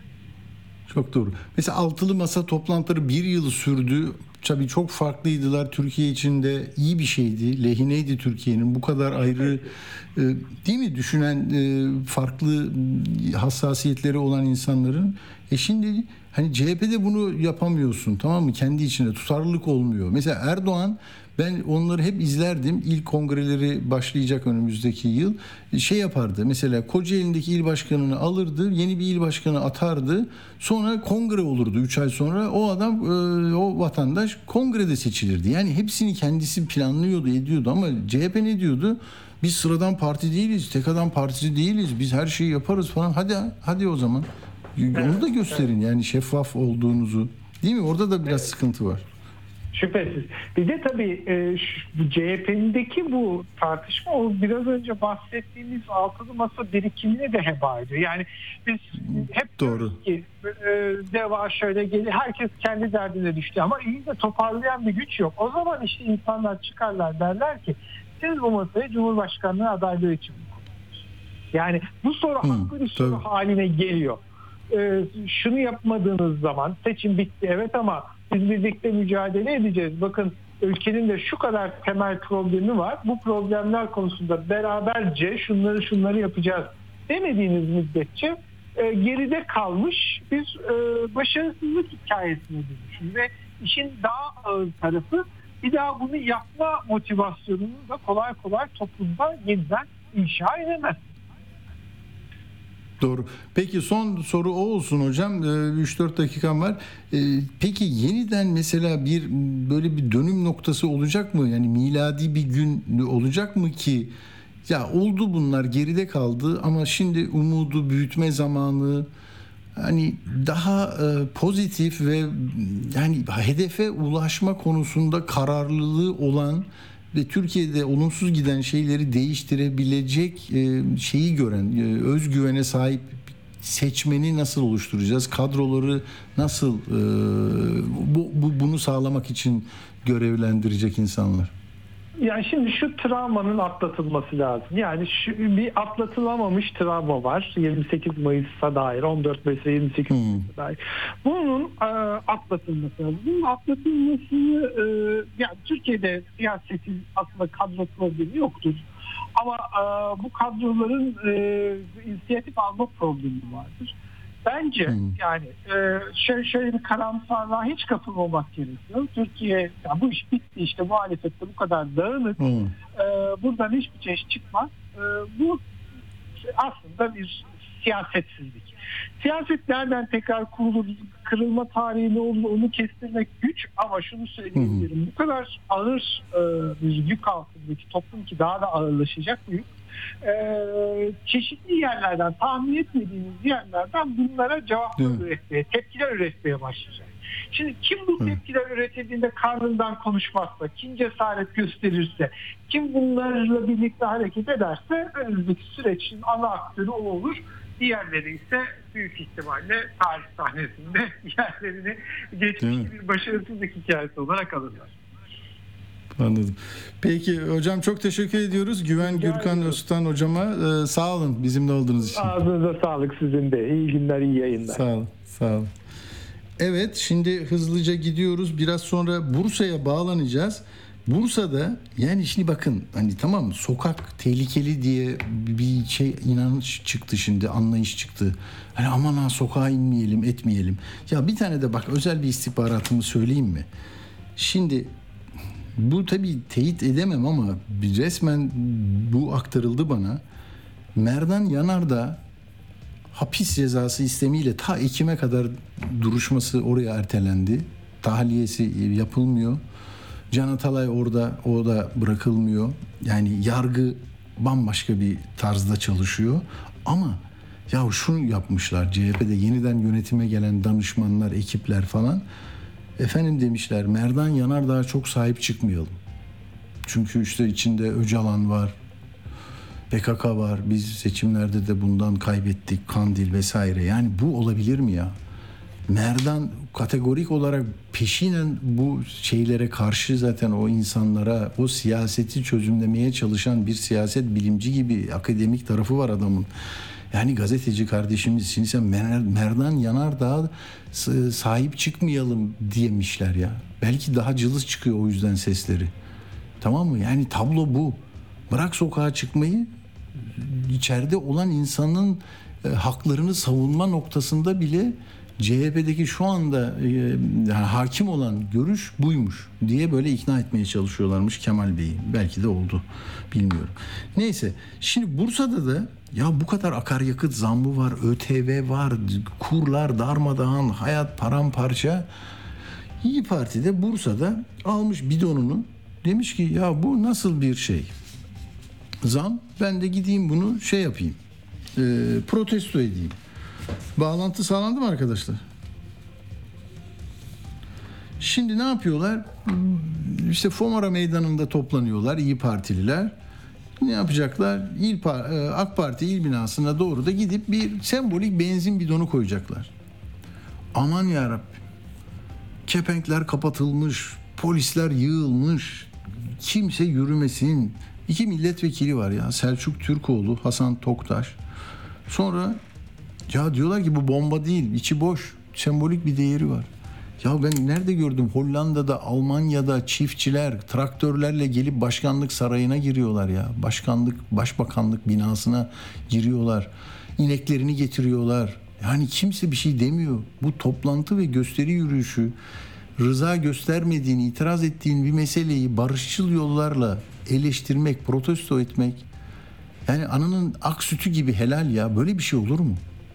Çok doğru. Mesela altılı masa toplantıları bir yıl sürdü. Tabii çok farklıydılar. Türkiye için de iyi bir şeydi. Lehineydi Türkiye'nin. Bu kadar ayrı e, değil mi? Düşünen e, farklı hassasiyetleri olan insanların. E şimdi hani C H P'de bunu yapamıyorsun, tamam mı? Kendi içinde tutarlılık olmuyor. Mesela Erdoğan, ben onları hep izlerdim. İlk kongreleri başlayacak önümüzdeki yıl. Şey yapardı. Mesela Kocaeli'ndeki il başkanını alırdı. Yeni bir il başkanı atardı. Sonra kongre olurdu üç ay sonra. O adam, o vatandaş kongrede seçilirdi. Yani hepsini kendisi planlıyordu, ediyordu. Ama C H P ne diyordu? Biz sıradan parti değiliz. Tek adam partisi değiliz. Biz her şeyi yaparız falan. Hadi hadi o zaman. Onu da gösterin yani şeffaf olduğunuzu. Değil mi? Orada da biraz sıkıntı var. Şüphesiz. Bir de tabii e, C H P'ndeki bu tartışma o biraz önce bahsettiğimiz altılı masa birikimine de heba ediyor. Yani biz hep doğru ki e, deva şöyle gelir, herkes kendi derdine düştü ama iyi de toparlayan bir güç yok. O zaman işte insanlar çıkarlar derler ki siz bu masayı Cumhurbaşkanlığı adaylığı için mi koydunuz? Yani bu soru haklı bir soru haline geliyor. E, şunu yapmadığınız zaman seçim bitti evet ama biz birlikte mücadele edeceğiz. Bakın ülkenin de şu kadar temel problemi var. Bu problemler konusunda beraberce şunları şunları yapacağız demediğiniz müddetçe e, geride kalmış bir e, başarısızlık hikayesine dönüşür. Ve işin daha ağır tarafı bir daha bunu yapma motivasyonunu da kolay kolay toplumda yeniden inşa edemez. Doğru. Peki son soru o olsun hocam. üç dört dakikam var. Peki yeniden mesela bir böyle bir dönüm noktası olacak mı? Yani miladi bir gün olacak mı ki ya oldu bunlar geride kaldı ama şimdi umudu büyütme zamanı, hani daha pozitif ve yani hedefe ulaşma konusunda kararlılığı olan ve Türkiye'de olumsuz giden şeyleri değiştirebilecek şeyi gören, özgüvene sahip seçmeni nasıl oluşturacağız? Kadroları nasıl bu, bu bunu sağlamak için görevlendirecek insanlar? Yani şimdi şu travmanın atlatılması lazım. Yani şu, bir atlatılamamış travma var. yirmi sekiz Mayıs'a dair, on dört Mayıs'a yirmi sekiz Mayıs'a dair. Bunun e, atlatılması lazım. Bunun atlatılmasını e, yani Türkiye'de siyasetin aslında kadro problemi yoktur. Ama e, bu kadroların e, inisiyatif alma problemi vardır. Bence hmm. yani e, şöyle, şöyle bir karamsarlığa hiç kapılmamak gerekiyor. Türkiye, ya bu iş bitti işte muhalefette bu kadar dağınık. Hmm. E, buradan hiçbir çeşit çıkmaz. E, bu aslında bir siyasetsizlik. Siyaset nereden tekrar kurulur, kırılma tarihi ne olur onu kestirmek güç ama şunu söyleyebilirim. Hmm. Bu kadar ağır e, bir yük altındaki toplum ki daha da ağırlaşacak bir yük. Ee, çeşitli yerlerden tahmin etmediğimiz yerlerden bunlara cevaplar üretmeye, tepkiler üretmeye başlayacak. Şimdi kim bu tepkiler üretildiğinde karnından konuşmazsa, kim cesaret gösterirse, kim bunlarla birlikte hareket ederse önümüzdeki sürecin ana aktörü o olur. Diğerleri ise büyük ihtimalle tarih sahnesinde yerlerini geçmiş bir başarısızlık hikayesi olarak alırlar. Anladım. Peki hocam, çok teşekkür ediyoruz. Güven Rica Gürkan ederim. Öztan hocama e, sağ olun bizimle olduğunuz için. Ağzınıza sağlık sizin de. İyi günler, iyi yayınlar. Sağ olun. Sağ olun. Evet, şimdi hızlıca gidiyoruz. Biraz sonra Bursa'ya bağlanacağız. Bursa'da, yani şimdi bakın, hani tamam, sokak tehlikeli diye bir şey, inanış çıktı şimdi, anlayış çıktı. Hani aman ha, sokağa inmeyelim, etmeyelim. Ya bir tane de bak, özel bir istihbaratımı söyleyeyim mi? Şimdi bu tabii teyit edemem ama resmen bu aktarıldı bana. Merdan Yanardağ hapis cezası istemiyle ta Ekim'e kadar duruşması oraya ertelendi. Tahliyesi yapılmıyor. Can Atalay orada, o da bırakılmıyor. Yani yargı bambaşka bir tarzda çalışıyor. Ama ya şunu yapmışlar C H P'de, yeniden yönetime gelen danışmanlar, ekipler falan. Efendim demişler, Merdan Yanardağ'a çok sahip çıkmayalım. Çünkü işte içinde Öcalan var, P K K var, biz seçimlerde de bundan kaybettik, Kandil vesaire. Yani bu olabilir mi ya? Merdan kategorik olarak peşinen bu şeylere karşı, zaten o insanlara, o siyaseti çözümlemeye çalışan bir siyaset bilimci gibi akademik tarafı var adamın. Yani gazeteci kardeşimiz, şimdi sen Merdan Yanardağ'a sahip çıkmayalım diyemişler ya. Belki daha cılız çıkıyor o yüzden sesleri. Tamam mı? Yani tablo bu. Bırak sokağa çıkmayı, içeride olan insanın e, haklarını savunma noktasında bile C H P'deki şu anda e, yani hakim olan görüş buymuş diye böyle ikna etmeye çalışıyorlarmış Kemal Bey'i. Belki de oldu. Bilmiyorum. Neyse. Şimdi Bursa'da da ya bu kadar akaryakıt zammı var, ÖTV var, kurlar darmadağın, hayat paramparça. İYİ Parti de Bursa'da almış bidonunu, demiş ki ya bu nasıl bir şey? Zam, ben de gideyim bunu şey yapayım, e, protesto edeyim. Bağlantı sağlandı mı arkadaşlar? Şimdi ne yapıyorlar? İşte Fomara Meydanı'nda toplanıyorlar İYİ Partililer. Ne yapacaklar? İl, AK Parti il binasına doğru da gidip bir sembolik benzin bidonu koyacaklar. Aman yarabbim. Kepenkler kapatılmış, polisler yığılmış, kimse yürümesin. İki milletvekili var ya, Selçuk Türkoğlu, Hasan Toktaş. Sonra ya diyorlar ki bu bomba değil, içi boş, sembolik bir değeri var. Ya ben nerede gördüm? Hollanda'da, Almanya'da çiftçiler traktörlerle gelip başkanlık sarayına giriyorlar ya. Başkanlık, başbakanlık binasına giriyorlar. İneklerini getiriyorlar. Yani kimse bir şey demiyor. Bu toplantı ve gösteri yürüyüşü, rıza göstermediğin, itiraz ettiğin bir meseleyi barışçıl yollarla eleştirmek, protesto etmek, yani ananın ak sütü gibi helal ya. Böyle bir şey olur mu?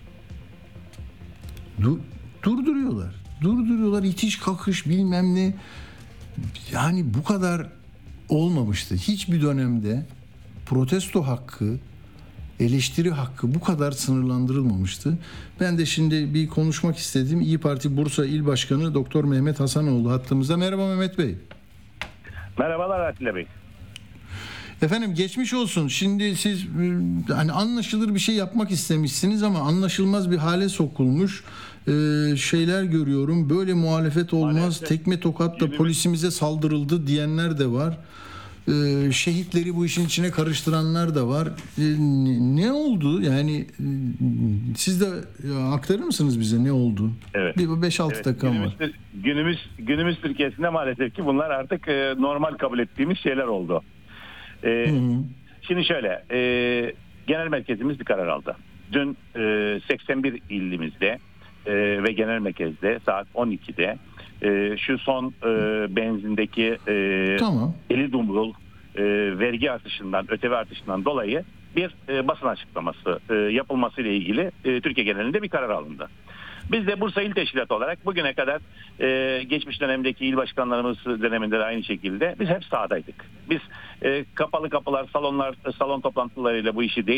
Du- durduruyorlar. Durduruyorlar. İtiş kakış bilmem ne. Yani bu kadar olmamıştı. Hiçbir dönemde protesto hakkı, eleştiri hakkı bu kadar sınırlandırılmamıştı. Ben de şimdi bir konuşmak istedim. İYİ Parti Bursa İl Başkanı Doktor Mehmet Hasanoğlu hattımızda. Merhaba Mehmet Bey. Merhabalar Atilla Bey. Efendim geçmiş olsun. Şimdi siz hani anlaşılır bir şey yapmak istemişsiniz ama anlaşılmaz bir hale sokulmuş ee, şeyler görüyorum. Böyle muhalefet olmaz. Maalesef. Tekme tokatla polisimize saldırıldı diyenler de var. Ee, şehitleri bu işin içine karıştıranlar da var. Ee, ne oldu? Yani e, siz de aktarır mısınız bize ne oldu? Evet. Bir beş altı Evet, dakikam günümüz, var. Günümüz, günümüz Türkiye'sinde maalesef ki bunlar artık e, normal kabul ettiğimiz şeyler oldu. E, Hı hı. Şimdi şöyle, e, genel merkezimiz bir karar aldı. Dün e, seksen bir ilimizde e, ve genel merkezde saat on ikide e, şu son e, benzindeki e, Tamam. eli dumrul e, vergi artışından, ÖTV artışından dolayı bir e, basın açıklaması e, yapılması ile ilgili e, Türkiye genelinde bir karar alındı. Biz de Bursa İl Teşkilatı olarak bugüne kadar e, geçmiş dönemdeki il başkanlarımız döneminde de aynı şekilde biz hep sahadaydık. Biz e, kapalı kapılar, salonlar, salon toplantılarıyla bu işi değil,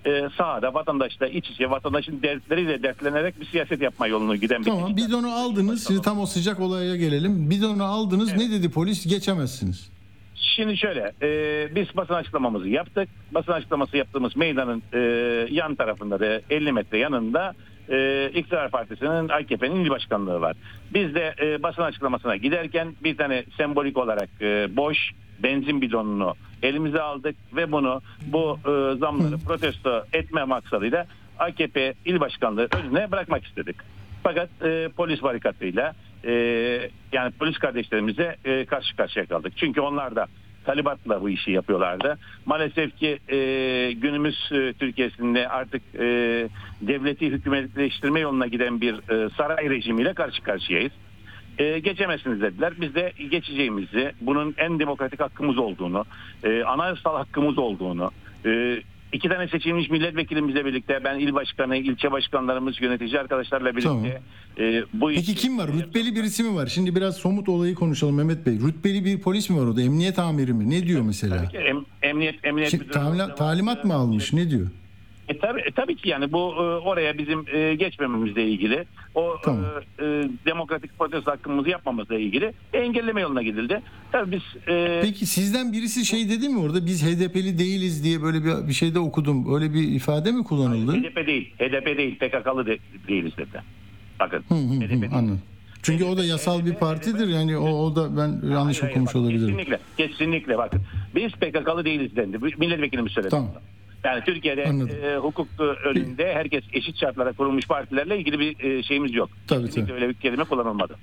e, sahada vatandaşla iç içe, vatandaşın dertleriyle dertlenerek bir siyaset yapma yolunu giden bir Tamam, bidonu aldınız. Şimdi tam o sıcak olaya gelelim. Bidonu aldınız. Evet. Ne dedi polis? Geçemezsiniz. Şimdi şöyle, e, biz basın açıklamamızı yaptık. Basın açıklaması yaptığımız meydanın e, yan tarafında da elli metre yanında e, İktidar Partisi'nin A K P'nin il başkanlığı var. Biz de e, basın açıklamasına giderken bir tane sembolik olarak e, boş benzin bidonunu elimize aldık ve bunu bu e, zamları protesto etme maksadıyla A K P il başkanlığı önüne bırakmak istedik. Fakat e, polis barikatıyla e, yani polis kardeşlerimize e, karşı karşıya kaldık. Çünkü onlar da talimatla bu işi yapıyorlardı. Maalesef ki e, günümüz e, Türkiye'sinde artık e, devleti hükümetleştirme yoluna giden bir e, saray rejimiyle karşı karşıyayız. E, geçemezsiniz dediler. Biz de geçeceğimizi, bunun en demokratik hakkımız olduğunu, e, anayasal hakkımız olduğunu, e, iki tane seçilmiş milletvekilimizle birlikte, ben il başkanı, ilçe başkanlarımız, yönetici arkadaşlarla birlikte Tamam. e, bu Peki işi... kim var? Rütbeli birisi mi var? Şimdi biraz somut olayı konuşalım Mehmet Bey. Rütbeli bir polis mi var orada? Emniyet amiri mi? Ne diyor mesela? Tabii ki em, emniyet, emniyet Ki- müdürü- talimat, talimat mı almış? Ne diyor? E tabii, e, tabii ki yani bu e, oraya bizim e, geçmememizle ilgili, o Tamam. e, e, demokratik protesto hakkımızı yapmamızla ilgili engelleme yoluna gidildi. Tabii biz e, Peki sizden birisi şey dedi mi orada? Biz H D P'li değiliz diye böyle bir, bir şeyde okudum. Öyle bir ifade mi kullanıldı? H D P değil, H D P değil, P K K'lı de, değiliz dedi. Bakın. Hı hı H D P hı, değil. anladım. Çünkü o da yasal bir partidir. Yani o, o da ben yanlış Hayır, okumuş hayır, bak, olabilirim. Kesinlikle, kesinlikle bakın. Biz P K K'lı değiliz dendi. Milletvekilimiz söyledi. Tamam. Yani Türkiye'de Anladım. e, hukuk önünde herkes eşit şartlara kurulmuş partilerle ilgili bir e, şeyimiz yok. Tabii, Kesinlikle tabii. öyle bir kelime kullanılmadı.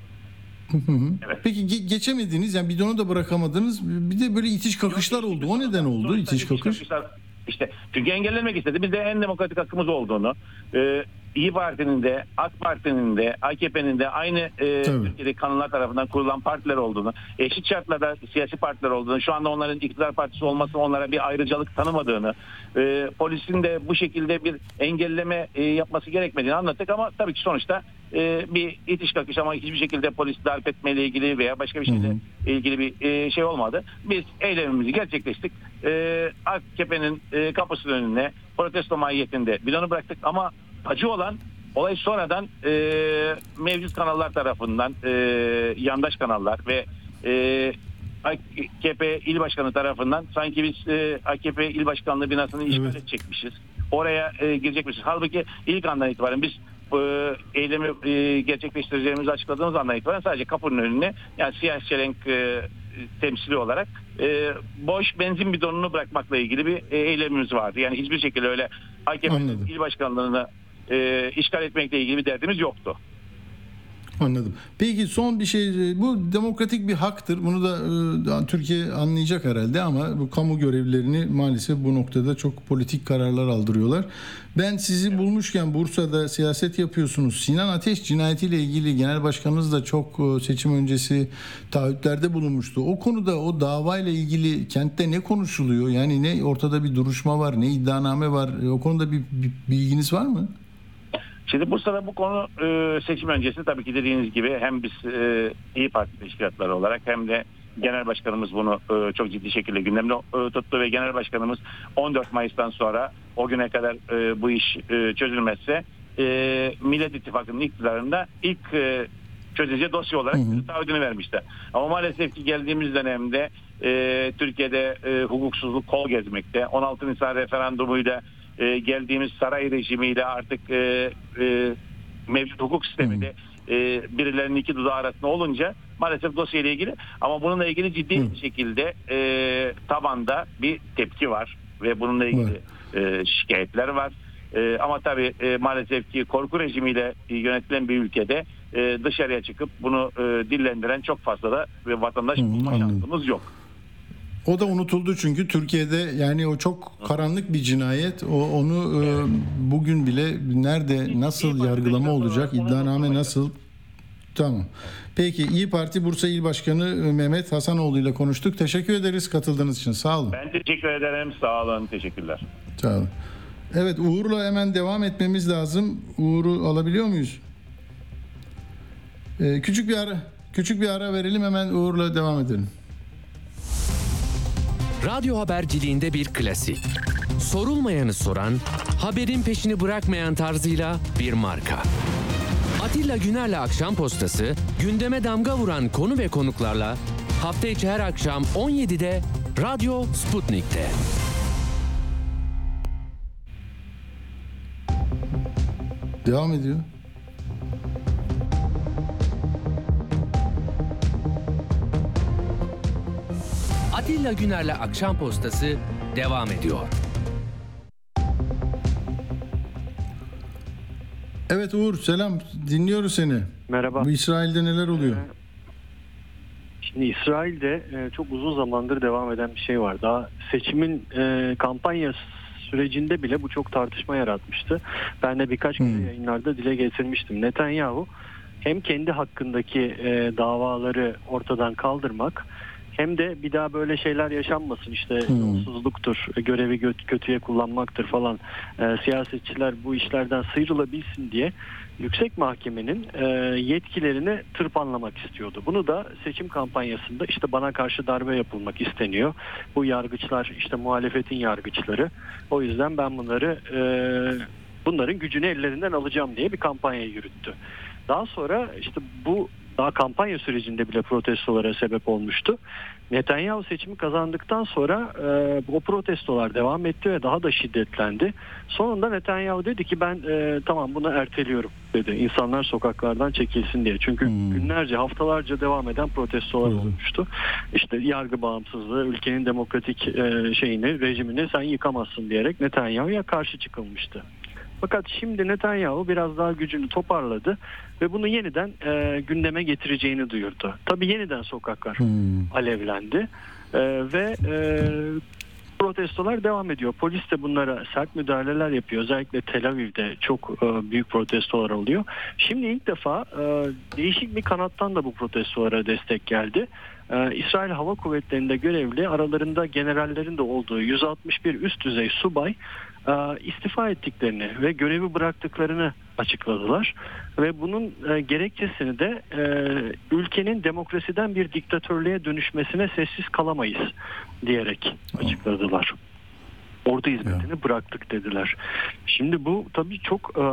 Hı hı. Evet. Peki ge- geçemediniz, yani bidonu da bırakamadınız. Bir de böyle itiş kakışlar oldu. O neden oldu Sonuçta itiş kakış? kakışlar- İşte çünkü engellemek istedi. Biz de en demokratik hakkımız olduğunu, e, İyi Parti'nin de, AK Parti'nin de, A K P'nin de aynı e, Tabii. Türkiye'deki kanunlar tarafından kurulan partiler olduğunu, eşit şartlarda siyasi partiler olduğunu, şu anda onların iktidar partisi olması onlara bir ayrıcalık tanımadığını, e, polisin de bu şekilde bir engelleme e, yapması gerekmediğini anlattık ama tabii ki sonuçta e, bir itiş kakış ama hiçbir şekilde polis darp etmeyle ilgili veya başka bir şeyle ilgili bir e, şey olmadı. Biz eylemimizi gerçekleştik. E, A K P'nin e, kapısının önüne protesto mahiyetinde bidonu bıraktık ama acı olan olay sonradan e, mevcut kanallar tarafından, e, yandaş kanallar ve e, A K P il başkanı tarafından sanki biz e, A K P il başkanlığı binasını işgal Evet. edecekmişiz. Oraya e, girecekmişiz. Halbuki ilk andan itibaren biz e, eylemi e, gerçekleştireceğimizi açıkladığımız andan itibaren sadece kapının önüne, yani siyah çelenk e, temsili olarak e, boş benzin bidonunu bırakmakla ilgili bir e, eylemimiz vardı. Yani hiçbir şekilde öyle A K P'nin Anladım. il başkanlığını e, işgal etmekle ilgili bir derdimiz yoktu. Anladım. Peki son bir şey, bu demokratik bir haktır. Bunu da e, Türkiye anlayacak herhalde ama bu kamu görevlilerini maalesef bu noktada çok politik kararlar aldırıyorlar. Ben sizi bulmuşken, Bursa'da siyaset yapıyorsunuz. Sinan Ateş cinayetiyle ilgili genel başkanınız da çok e, seçim öncesi taahhütlerde bulunmuştu. O konuda, o davayla ilgili kentte ne konuşuluyor? Yani ne ortada bir duruşma var, ne iddianame var? E, o konuda bir, bir bilginiz var mı? Şimdi Bursa'da bu konu e, seçim öncesi tabii ki dediğiniz gibi hem biz e, İYİ Parti teşkilatları olarak hem de Genel Başkanımız bunu e, çok ciddi şekilde gündemde e, tuttu ve Genel Başkanımız on dört Mayıs'tan sonra o güne kadar e, bu iş e, çözülmezse e, Millet İttifakı'nın iktidarında ilk e, çözücü dosya olarak taahhüdünü vermişti. Ama maalesef ki geldiğimiz dönemde e, Türkiye'de e, hukuksuzluk kol gezmekte. on altı Nisan referandumuyla e, geldiğimiz saray rejimiyle artık e, e, mevcut hukuk sisteminde e, birilerinin iki dudağı arasında olunca maalesef dosyayla ilgili, ama bununla ilgili ciddi Hı. bir şekilde e, tabanda bir tepki var ve bununla ilgili e, şikayetler var. E, ama tabii e, maalesef ki korku rejimiyle yönetilen bir ülkede e, dışarıya çıkıp bunu e, dillendiren çok fazla da ve vatandaş Hı, bulma anladım. şansımız yok. O da unutuldu çünkü Türkiye'de, yani o çok karanlık bir cinayet. O onu e, bugün bile nerede, nasıl yargılama olacak, iddianame nasıl? Tamam. Peki, İyi Parti Bursa İl Başkanı Mehmet Hasanoğlu ile konuştuk. Teşekkür ederiz katıldığınız için. Sağ olun. Ben teşekkür ederim. Sağ olun. Teşekkürler. Sağ olun. Evet, Uğur'la hemen devam etmemiz lazım. Uğur'u alabiliyor muyuz? Ee, küçük bir ara, küçük bir ara verelim, hemen Uğur'la devam edelim. Radyo haberciliğinde bir klasik. Sorulmayanı soran, haberin peşini bırakmayan tarzıyla bir marka. Atilla Güner'le Akşam Postası, gündeme damga vuran konu ve konuklarla hafta içi her akşam on yedide Radyo Sputnik'te. Devam ediyor. Atilla Güner'le Akşam Postası devam ediyor. Evet Uğur, selam. Dinliyoruz seni. Merhaba. Bu İsrail'de neler oluyor? Şimdi İsrail'de çok uzun zamandır devam eden bir şey var. Daha seçimin kampanya sürecinde bile bu çok tartışma yaratmıştı. Ben de birkaç kere hmm. yayınlarda dile getirmiştim. Netanyahu hem kendi hakkındaki davaları ortadan kaldırmak, hem de bir daha böyle şeyler yaşanmasın, işte yolsuzluktur, görevi kötüye kullanmaktır falan, e, siyasetçiler bu işlerden sıyrılabilsin diye yüksek mahkemenin e, yetkilerini tırpanlamak istiyordu. Bunu da seçim kampanyasında işte bana karşı darbe yapılmak isteniyor. Bu yargıçlar işte muhalefetin yargıçları. O yüzden ben bunları e, bunların gücünü ellerinden alacağım diye bir kampanya yürüttü. Daha sonra işte bu daha kampanya sürecinde bile protestolara sebep olmuştu. Netanyahu seçimi kazandıktan sonra e, o protestolar devam etti ve daha da şiddetlendi. Sonunda Netanyahu dedi ki ben e, tamam bunu erteliyorum dedi. İnsanlar sokaklardan çekilsin diye. Çünkü hmm. günlerce, haftalarca devam eden protestolar hmm. olmuştu. İşte yargı bağımsızlığı, ülkenin demokratik e, şeyini, rejimini sen yıkamazsın diyerek Netanyahu'ya karşı çıkılmıştı. Fakat şimdi Netanyahu biraz daha gücünü toparladı ve bunu yeniden e, gündeme getireceğini duyurdu. Tabii yeniden sokaklar hmm. alevlendi e, ve e, protestolar devam ediyor. Polis de bunlara sert müdahaleler yapıyor. Özellikle Tel Aviv'de çok e, büyük protestolar oluyor. Şimdi ilk defa e, değişik bir kanattan da bu protestolara destek geldi. Ee, İsrail Hava Kuvvetleri'nde görevli, aralarında generallerin de olduğu yüz altmış bir üst düzey subay e, istifa ettiklerini ve görevi bıraktıklarını açıkladılar. Ve bunun e, gerekçesini de e, ülkenin demokrasiden bir diktatörlüğe dönüşmesine sessiz kalamayız diyerek açıkladılar. Ordu hizmetini bıraktık dediler. Şimdi bu tabii çok e,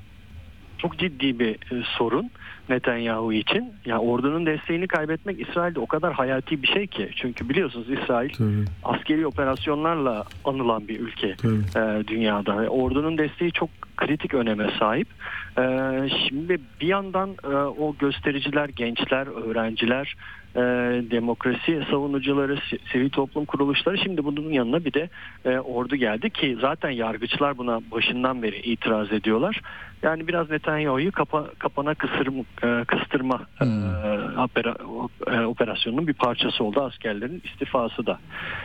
çok ciddi bir e, sorun Netanyahu için. Yani ordunun desteğini kaybetmek İsrail'de o kadar hayati bir şey ki. Çünkü biliyorsunuz İsrail Tabii. askeri operasyonlarla anılan bir ülke e, dünyada. Ve ordunun desteği çok kritik öneme sahip. E, şimdi bir yandan e, o göstericiler, gençler, öğrenciler, e, demokrasi savunucuları, sivil toplum kuruluşları, şimdi bunun yanına bir de e, ordu geldi ki zaten yargıçlar buna başından beri itiraz ediyorlar. Yani biraz Netanyahu'yu kapa, kapana kısırma, e, kıstırma hmm. e, opera, e, operasyonunun bir parçası oldu, askerlerin istifası da.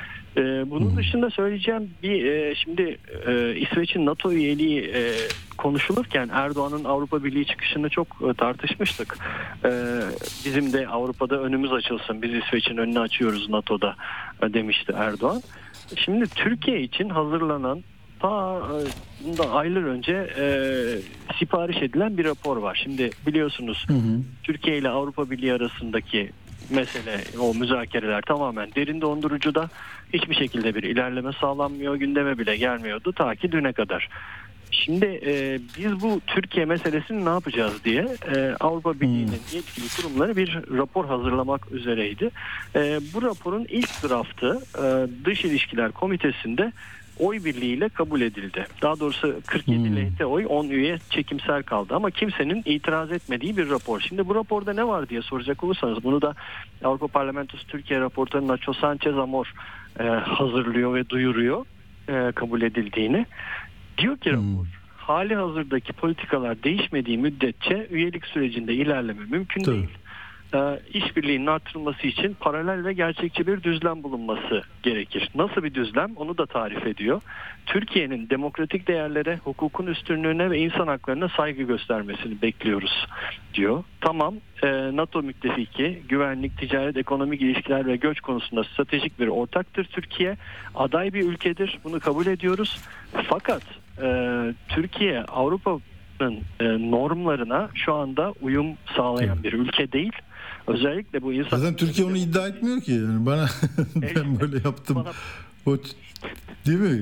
E, bunun hmm. dışında söyleyeceğim bir e, şimdi e, İsveç'in NATO üyeliği e, konuşulurken Erdoğan'ın Avrupa Birliği çıkışını çok e, tartışmıştık. E, bizim de Avrupa'da önümüz açılsın, biz İsveç'in önünü açıyoruz NATO'da e, demişti Erdoğan. Şimdi Türkiye için hazırlanan ta bundan aylar önce e, sipariş edilen bir rapor var. Şimdi biliyorsunuz hı hı. Türkiye ile Avrupa Birliği arasındaki mesele, o müzakereler tamamen derin dondurucuda. Hiçbir şekilde bir ilerleme sağlanmıyor, gündeme bile gelmiyordu ta ki düne kadar. Şimdi e, biz bu Türkiye meselesini ne yapacağız diye e, Avrupa Birliği'nin yetkili kurumları bir rapor hazırlamak üzereydi. E, bu raporun ilk draftı e, Dış İlişkiler Komitesi'nde oy birliğiyle kabul edildi. Daha doğrusu kırk yedi hmm. lehte oy, on üye çekimser kaldı ama kimsenin itiraz etmediği bir rapor. Şimdi bu raporda ne var diye soracak olursanız, bunu da Avrupa Parlamentosu Türkiye raportörü Nacho Sanchez Amor e, hazırlıyor ve duyuruyor e, kabul edildiğini. Diyor ki rapor, hmm. hali hazırdaki politikalar değişmediği müddetçe üyelik sürecinde ilerleme mümkün Tabii. değil. E, işbirliğinin artırılması için paralel ve gerçekçi bir düzlem bulunması gerekir. Nasıl bir düzlem? Onu da tarif ediyor. Türkiye'nin demokratik değerlere, hukukun üstünlüğüne ve insan haklarına saygı göstermesini bekliyoruz diyor. Tamam, e, NATO müttefiki, güvenlik, ticaret, ekonomik ilişkiler ve göç konusunda stratejik bir ortaktır Türkiye. Aday bir ülkedir. Bunu kabul ediyoruz. Fakat e, Türkiye Avrupa'nın e, normlarına şu anda uyum sağlayan bir ülke değil. Özellikle bu insan... Zaten Türkiye onu iddia etmiyor ki. Yani bana ben böyle yaptım. Bana... O, değil mi?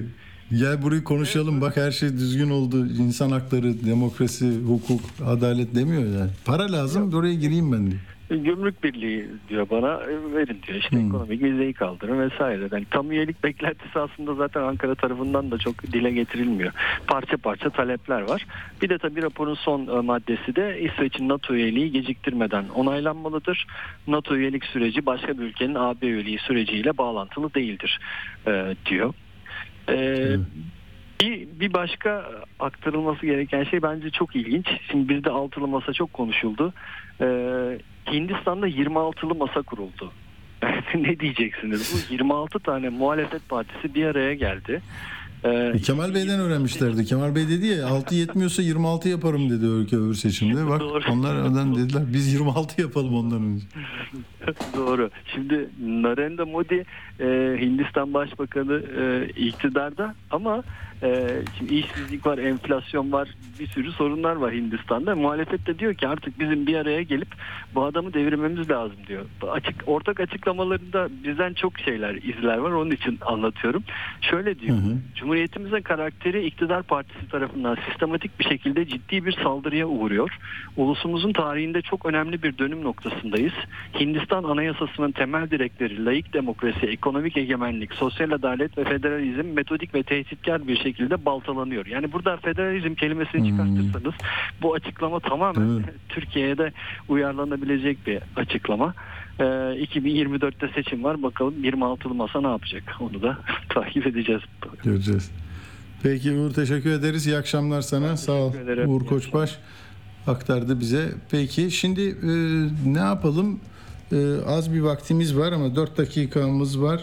Gel burayı konuşalım. Bak her şey düzgün oldu. İnsan hakları, demokrasi, hukuk, adalet demiyor yani. Para lazım, buraya gireyim ben diyor. Gümrük Birliği diyor bana, verin diyor işte hmm. ekonomik vizeyi kaldırın vesaire. Yani tam üyelik beklentisi aslında zaten Ankara tarafından da çok dile getirilmiyor. Parça parça talepler var. Bir de tabii raporun son maddesi de İsveç'in NATO üyeliği geciktirmeden onaylanmalıdır. NATO üyelik süreci başka bir ülkenin A B üyeliği süreciyle bağlantılı değildir e, diyor. E, hmm. Bir, bir başka aktarılması gereken şey bence çok ilginç. Şimdi bizde altılı masa çok konuşuldu. Ee, Hindistan'da yirmi altılı masa kuruldu. Ne diyeceksiniz? Bu yirmi altı tane muhalefet partisi bir araya geldi. Ee, Kemal Bey'den öğrenmişlerdi. Kemal Bey dedi ya altı yetmiyorsa yirmi altı yaparım dedi öbür, öbür seçimde. Bak onlar oradan dediler biz yirmi altı yapalım ondan önce. Doğru. Şimdi Narendra Modi e, Hindistan Başbakanı e, iktidarda ama e, şimdi işsizlik var, enflasyon var, bir sürü sorunlar var Hindistan'da. Muhalefet de diyor ki artık bizim bir araya gelip bu adamı devirmemiz lazım diyor. Açık ortak açıklamalarında bizden çok şeyler, izler var. Onun için anlatıyorum. Şöyle diyor. Hı hı. Cumhuriyetimizin karakteri iktidar partisi tarafından sistematik bir şekilde ciddi bir saldırıya uğruyor. Ulusumuzun tarihinde çok önemli bir dönüm noktasındayız. Hindistan Anayasası'nın temel direkleri laik demokrasi, ekonomik egemenlik, sosyal adalet ve federalizm metodik ve tehditkar bir şekilde baltalanıyor. Yani burada federalizm kelimesini çıkartırsanız bu açıklama tamamen Türkiye'ye de uyarlanabilecek bir açıklama. Ee, iki bin yirmi dörtte seçim var. Bakalım yirmi altılı masa ne yapacak? Onu da takip edeceğiz. Göreceğiz. Peki Uğur teşekkür ederiz. İyi akşamlar sana. Ben Sağ ol. Ederim. Uğur Koçbaş aktardı bize. Peki şimdi e, ne yapalım? E, az bir vaktimiz var ama dört dakikamız var.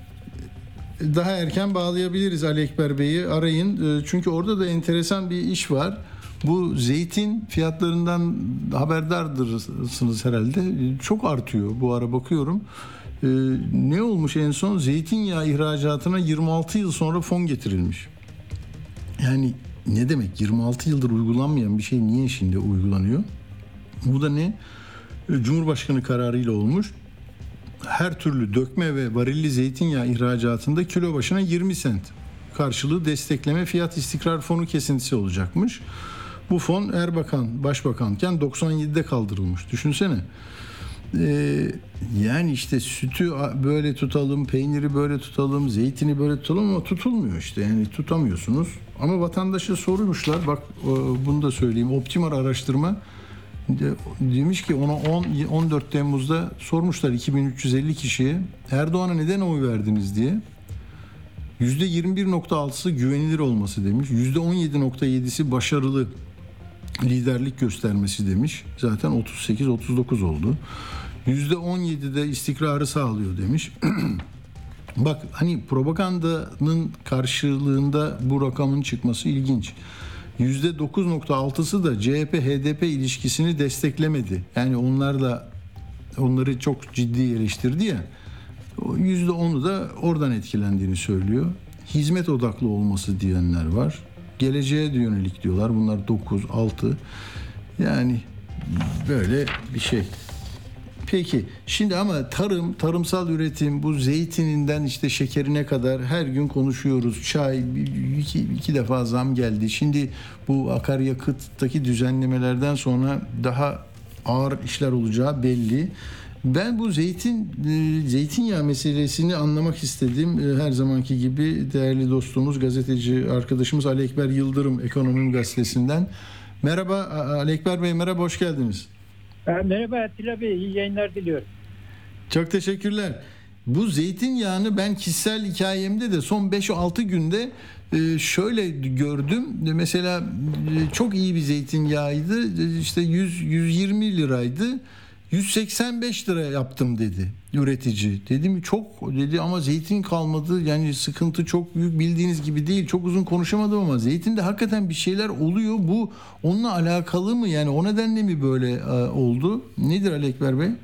Daha erken bağlayabiliriz Ali Ekber Bey'i. Arayın. E, çünkü orada da enteresan bir iş var. Bu zeytin fiyatlarından haberdarsınız herhalde. Çok artıyor bu ara bakıyorum. Ee, ne olmuş en son? Zeytinyağı ihracatına yirmi altı yıl sonra fon getirilmiş. Yani ne demek? yirmi altı yıldır uygulanmayan bir şey niye şimdi uygulanıyor? Bu da ne? Cumhurbaşkanı kararıyla olmuş. Her türlü dökme ve varilli zeytinyağı ihracatında kilo başına yirmi sent karşılığı destekleme fiyat istikrar fonu kesintisi olacakmış. Bu fon Erbakan başbakanken doksan yedide kaldırılmış. Düşünsene. Ee, yani işte sütü böyle tutalım, peyniri böyle tutalım, zeytini böyle tutalım ama tutulmuyor işte. Yani tutamıyorsunuz. Ama vatandaşa sormuşlar. Bak bunu da söyleyeyim. Optimar araştırma demiş ki ona on on dört Temmuz'da sormuşlar iki bin üç yüz elli kişiye Erdoğan'a neden oy verdiniz diye. yüzde yirmi bir nokta altısı güvenilir olması demiş. yüzde on yedi nokta yedisi başarılı liderlik göstermesi demiş. Zaten otuz sekiz otuz dokuz oldu. yüzde on yedide istikrarı sağlıyor demiş. Bak hani propagandanın karşılığında bu rakamın çıkması ilginç. yüzde dokuz nokta altısı da C H P H D P ilişkisini desteklemedi. Yani onlarla onları çok ciddi eleştirdi ya. yüzde onu da oradan etkilendiğini söylüyor. Hizmet odaklı olması diyenler var. Geleceğe yönelik diyorlar. Bunlar dokuz, altı. Yani böyle bir şey. Peki şimdi ama tarım, tarımsal üretim, bu zeytininden işte şekerine kadar her gün konuşuyoruz. Çay iki, iki defa zam geldi. Şimdi bu akaryakıttaki düzenlemelerden sonra daha ağır işler olacağı belli. Ben bu zeytin zeytinyağı meselesini anlamak istedim. Her zamanki gibi değerli dostumuz, gazeteci arkadaşımız Ali Ekber Yıldırım Ekonomi Gazetesi'nden. Merhaba Ali Ekber Bey, merhaba, hoş geldiniz. Merhaba Atilla Bey, iyi yayınlar diliyorum. Çok teşekkürler. Bu zeytinyağını ben kişisel hikayemde de son beş altı günde şöyle gördüm. Mesela çok iyi bir zeytinyağıydı. İşte yüz yüz yirmi liraydı. yüz seksen beş lira yaptım dedi üretici. Dedim çok dedi ama zeytin kalmadı. Yani sıkıntı çok büyük, bildiğiniz gibi değil. Çok uzun konuşamadım ama zeytinde hakikaten bir şeyler oluyor. Bu onunla alakalı mı? Yani o nedenle mi böyle e, oldu? Nedir Ali Ekber Bey?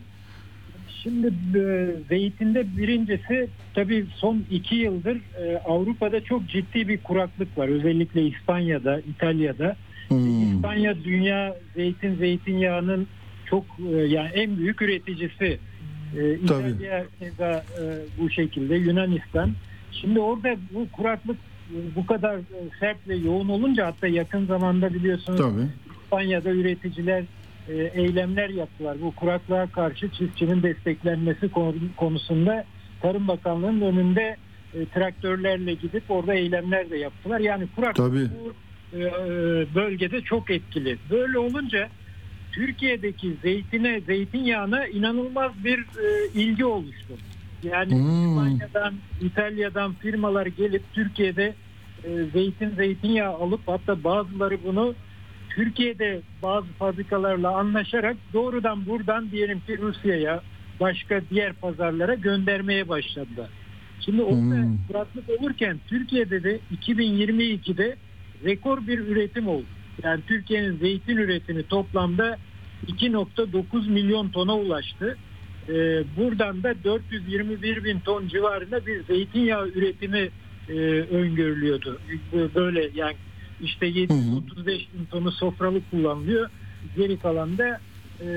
Şimdi e, zeytinde birincisi tabii son iki yıldır e, Avrupa'da çok ciddi bir kuraklık var. Özellikle İspanya'da, İtalya'da. Hmm. İspanya dünya zeytin zeytinyağının çok yani en büyük üreticisi. Ee, İtalya keza e, bu şekilde, Yunanistan. Şimdi orada bu kuraklık bu kadar e, sert ve yoğun olunca, hatta yakın zamanda biliyorsunuz Tabii. İspanya'da üreticiler e, eylemler yaptılar. Bu kuraklığa karşı çiftçinin desteklenmesi konusunda Tarım Bakanlığı'nın önünde e, traktörlerle gidip orada eylemler de yaptılar. Yani kuraklık Tabii. bu e, bölgede çok etkili. Böyle olunca Türkiye'deki zeytine, zeytinyağına inanılmaz bir e, ilgi oluştu. Yani Hmm. İspanya'dan, İtalya'dan firmalar gelip Türkiye'de e, zeytin, zeytinyağı alıp, hatta bazıları bunu Türkiye'de bazı fabrikalarla anlaşarak doğrudan buradan diyelim ki Rusya'ya, başka diğer pazarlara göndermeye başladılar. Şimdi orada Hmm. kuraklık olurken Türkiye'de de iki bin yirmi ikide rekor bir üretim oldu. Yani Türkiye'nin zeytin üretimi toplamda iki nokta dokuz milyon tona ulaştı. Ee, buradan da dört yüz yirmi bir bin ton civarında bir zeytinyağı üretimi e, öngörülüyordu. Böyle yani işte yedi yüz otuz beş bin tonu sofralık kullanılıyor. Geri kalan da e,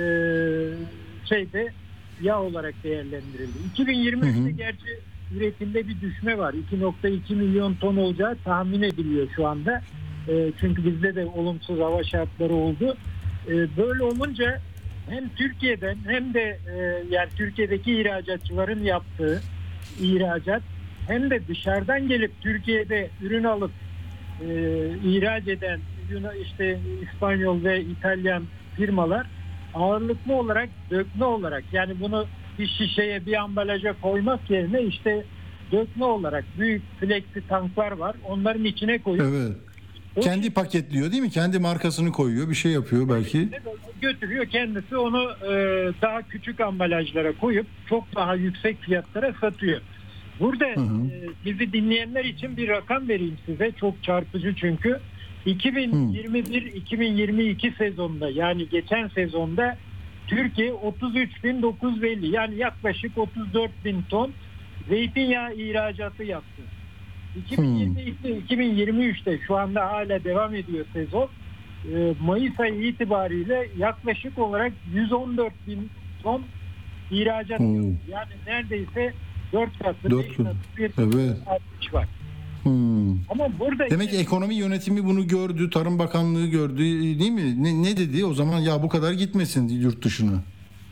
şeyde yağ olarak değerlendirildi. iki bin yirmi üçte gerçi üretimde bir düşme var. iki nokta iki milyon ton olacağı tahmin ediliyor şu anda. E, çünkü bizde de olumsuz hava şartları oldu. E, böyle olunca hem Türkiye'den hem de e, yani Türkiye'deki ihracatçıların yaptığı ihracat, hem de dışarıdan gelip Türkiye'de ürün alıp e, ihraç eden işte İspanyol ve İtalyan firmalar ağırlıklı olarak dökme olarak, yani bunu bir şişeye, bir ambalaja koymak yerine işte dökme olarak büyük flexi tanklar var. Onların içine koyup Evet. o Kendi paketliyor değil mi? Kendi markasını koyuyor, bir şey yapıyor belki. götürüyor, kendisi onu e, daha küçük ambalajlara koyup çok daha yüksek fiyatlara satıyor. Burada Hı hı. e, bizi dinleyenler için bir rakam vereyim size, çok çarpıcı çünkü. iki bin yirmi bir iki bin yirmi iki sezonda, yani geçen sezonda Türkiye otuz üç bin dokuz yüz elli, yani yaklaşık otuz dört bin ton zeytinyağı ihracatı yaptı. iki bin yirmi iki iki bin yirmi üçte şu anda hala devam ediyor sezon. Ee, Mayıs ayı itibariyle yaklaşık olarak yüz on dört bin ton ihracat Hmm. yapıyor. Yani neredeyse dört katlı, Dört beş katı. katlı bir Evet. artış var. Hmm. Ama burada Demek ki ekonomi yönetimi bunu gördü, Tarım Bakanlığı gördü değil mi? Ne, ne dedi? O zaman ya bu kadar gitmesin yurt dışına.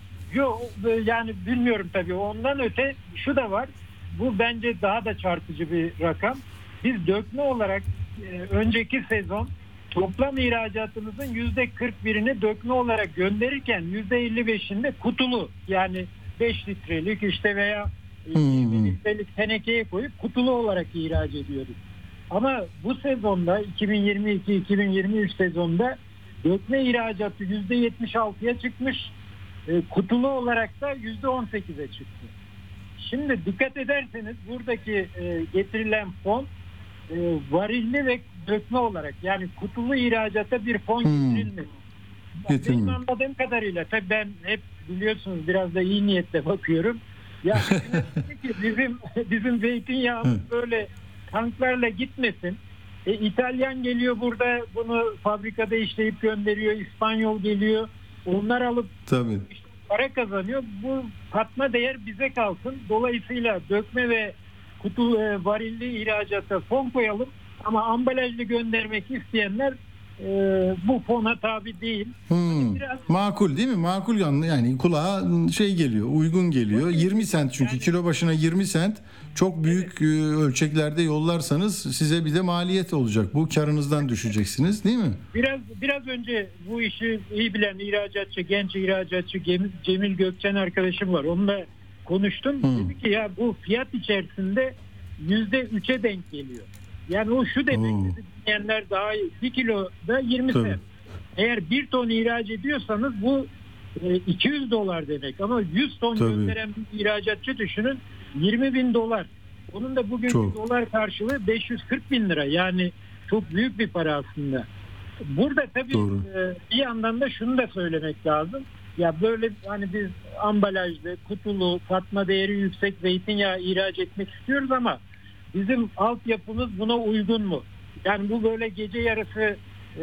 Yok yani bilmiyorum tabii. Ondan öte şu da var. Bu bence daha da çarpıcı bir rakam. Biz dökme olarak e, önceki sezon toplam ihracatımızın yüzde kırk birini dökme olarak gönderirken yüzde elli beşinde kutulu, yani beş litrelik işte veya yirmi litrelik tenekeye koyup kutulu olarak ihraç ediyoruz. Ama bu sezonda iki bin yirmi iki iki bin yirmi üç sezonda dökme ihracatı yüzde yetmiş altıya çıkmış. E, kutulu olarak da yüzde on sekize çıktı. Şimdi dikkat ederseniz buradaki e, getirilen fon e, varilli ve dökme olarak, yani kutulu ihracata bir fon Hmm. getirilmedi. Getirilmedi. Benim anladığım kadarıyla, tabii ben hep biliyorsunuz biraz da iyi niyetle bakıyorum. Ya ki bizim bizim zeytinyağımız böyle tanklarla gitmesin. E, İtalyan geliyor burada bunu fabrikada işleyip gönderiyor. İspanyol geliyor. Onlar alıp Tabii. işte para kazanıyor. Bu katma değer bize kalsın. Dolayısıyla dökme ve kutu e, varilli ihracata fon koyalım. Ama ambalajlı göndermek isteyenler e, bu fona tabi değil. Hmm. Biraz Makul değil mi? Makul yanlı, yani kulağa şey geliyor, uygun geliyor. yirmi sent çünkü Yani- kilo başına yirmi sent. Çok büyük e, ölçeklerde yollarsanız size bir de maliyet olacak. Bu karınızdan düşeceksiniz değil mi? Biraz biraz önce bu işi iyi bilen ihracatçı, genç ihracatçı Cemil, Cemil Gökçen arkadaşım var. Onunla konuştum. Hı. Dedi ki ya bu fiyat içerisinde yüzde üçe denk geliyor. Yani o şu demek, Oo. dedi, dinleyenler daha iyi. Bir kiloda yirmi Tabii. sent. Eğer bir ton ihraç ediyorsanız bu e, iki yüz dolar demek. Ama yüz ton Tabii. gönderen bir ihracatçı düşünün, yirmi bin dolar. Onun da bugünkü Çok. dolar karşılığı beş yüz kırk bin lira. Yani çok büyük bir para aslında. Burada tabii Doğru. e, bir yandan da şunu da söylemek lazım. Ya böyle hani biz ambalajlı, kutulu, katma değeri yüksek zeytinyağı ihraç etmek istiyoruz ama bizim altyapımız buna uygun mu? Yani bu böyle gece yarısı e,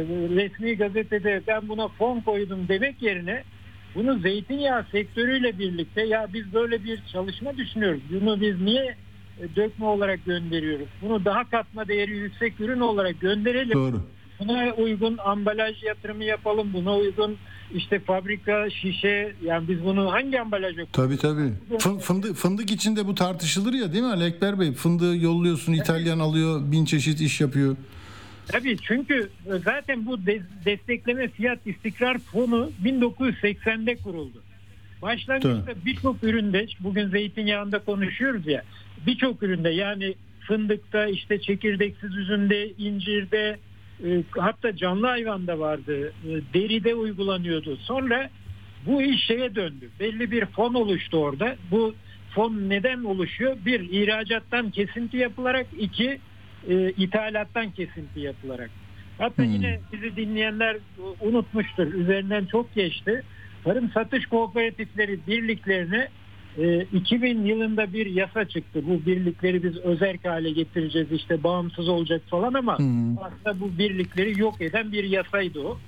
resmi gazetede ben buna fon koydum demek yerine bunu zeytinyağı sektörüyle birlikte, ya biz böyle bir çalışma düşünüyoruz. Bunu biz niye e, dökme olarak gönderiyoruz. Bunu daha katma değeri yüksek ürün olarak gönderelim. Doğru. Buna uygun ambalaj yatırımı yapalım. Buna uygun işte fabrika, şişe, yani biz bunu hangi ambalaj yapalım? Tabii tabii. Fı- Fındık, fındık içinde bu tartışılır ya, değil mi Ali Ekber Bey? Fındığı yolluyorsun, İtalyan alıyor, bin çeşit iş yapıyor. Tabii, çünkü zaten bu de- destekleme fiyat istikrar fonu bin dokuz yüz seksende kuruldu. Başlangıçta birçok üründe, bugün zeytinyağında konuşuyoruz ya, birçok üründe, yani fındıkta, işte çekirdeksiz üzümde, incirde, e, hatta canlı hayvanda vardı, e, deride uygulanıyordu. Sonra bu iş şeye döndü. Belli bir fon oluştu orada. Bu fon neden oluşuyor? Bir, ihracattan kesinti yapılarak; iki, e, ithalattan kesinti yapılarak. Hatta Hmm. yine bizi dinleyenler unutmuştur. Üzerinden çok geçti. Tarım Satış Kooperatifleri birliklerine e, iki bin yılında bir yasa çıktı. Bu birlikleri biz özerk hale getireceğiz, işte bağımsız olacak falan, ama Hmm. aslında bu birlikleri yok eden bir yasaydı o.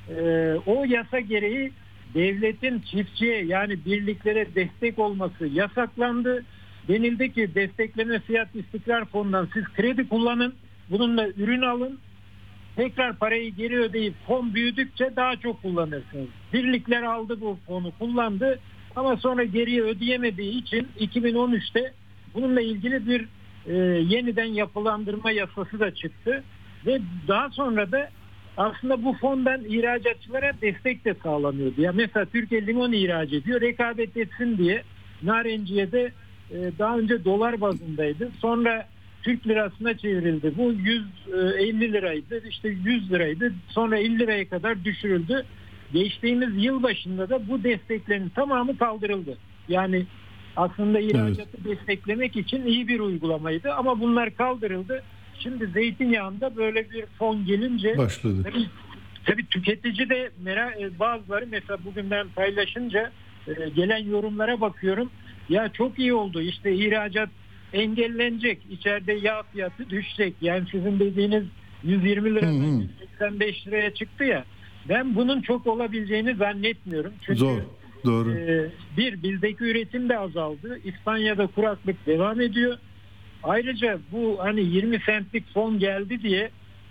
E, o yasa gereği devletin çiftçiye, yani birliklere destek olması yasaklandı. Denildi ki destekleme fiyat istikrar fonundan siz kredi kullanın, bununla ürün alın, tekrar parayı geri ödeyip fon büyüdükçe daha çok kullanırsınız. Birlikler aldı, bu fonu kullandı, ama sonra geriye ödeyemediği için iki bin on üçte bununla ilgili bir e, yeniden yapılandırma yasası da çıktı ve daha sonra da aslında bu fondan ihracatçılara destek de sağlanıyordu. Ya mesela Türkiye limon ihraç ediyor, rekabet etsin diye narenciye de e, daha önce dolar bazındaydı. Sonra Türk lirasına çevrildi. Bu yüz elli liraydı, işte yüz liraydı. Sonra elli liraya kadar düşürüldü. Geçtiğimiz yıl başında da bu desteklerin tamamı kaldırıldı. Yani aslında ihracatı evet. desteklemek için iyi bir uygulamaydı ama bunlar kaldırıldı. Şimdi zeytinyağında böyle bir fon gelince başladı. Tabii, tabii tüketici de merak, bazıları mesela bugün ben paylaşınca gelen yorumlara bakıyorum. Ya çok iyi oldu, işte ihracat engellenecek, içeride yağ fiyatı düşecek. Yani sizin dediğiniz yüz yirmi liradan yüz seksen beş liraya çıktı ya. Ben bunun çok olabileceğini zannetmiyorum. Çünkü Zor. Doğru. E, bir, bizdeki üretim de azaldı. İspanya'da kuraklık devam ediyor. Ayrıca bu hani yirmi sentlik fon geldi diye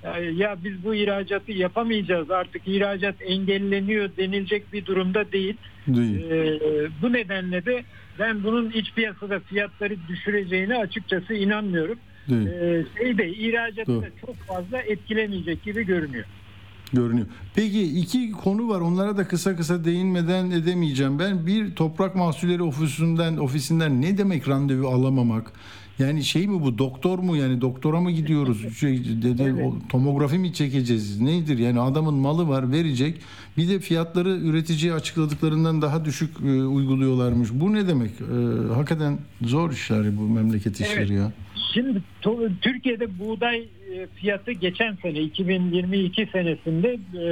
ya biz bu ihracatı yapamayacağız, artık ihracat engelleniyor denilecek bir durumda değil. Değil. E, bu nedenle de ben bunun iç piyasada fiyatları düşüreceğine açıkçası inanmıyorum. E, şeyde ihracatı da çok fazla etkilemeyecek gibi görünüyor. Görünüyor. Peki iki konu var. Onlara da kısa kısa değinmeden edemeyeceğim. Ben bir, Toprak Mahsulleri Ofisi'nden ofisinden ne demek randevu alamamak? Yani şey mi bu, doktor mu, yani doktora mı gidiyoruz? Şey dedi, evet. o, tomografi mi çekeceğiz? Nedir? Yani adamın malı var, verecek. Bir de fiyatları üreticiye açıkladıklarından daha düşük e, uyguluyorlarmış. Bu ne demek? E, hakikaten zor işler bu memleket işleri evet. ya. Şimdi to- Türkiye'de buğday fiyatı geçen sene iki bin yirmi iki senesinde e,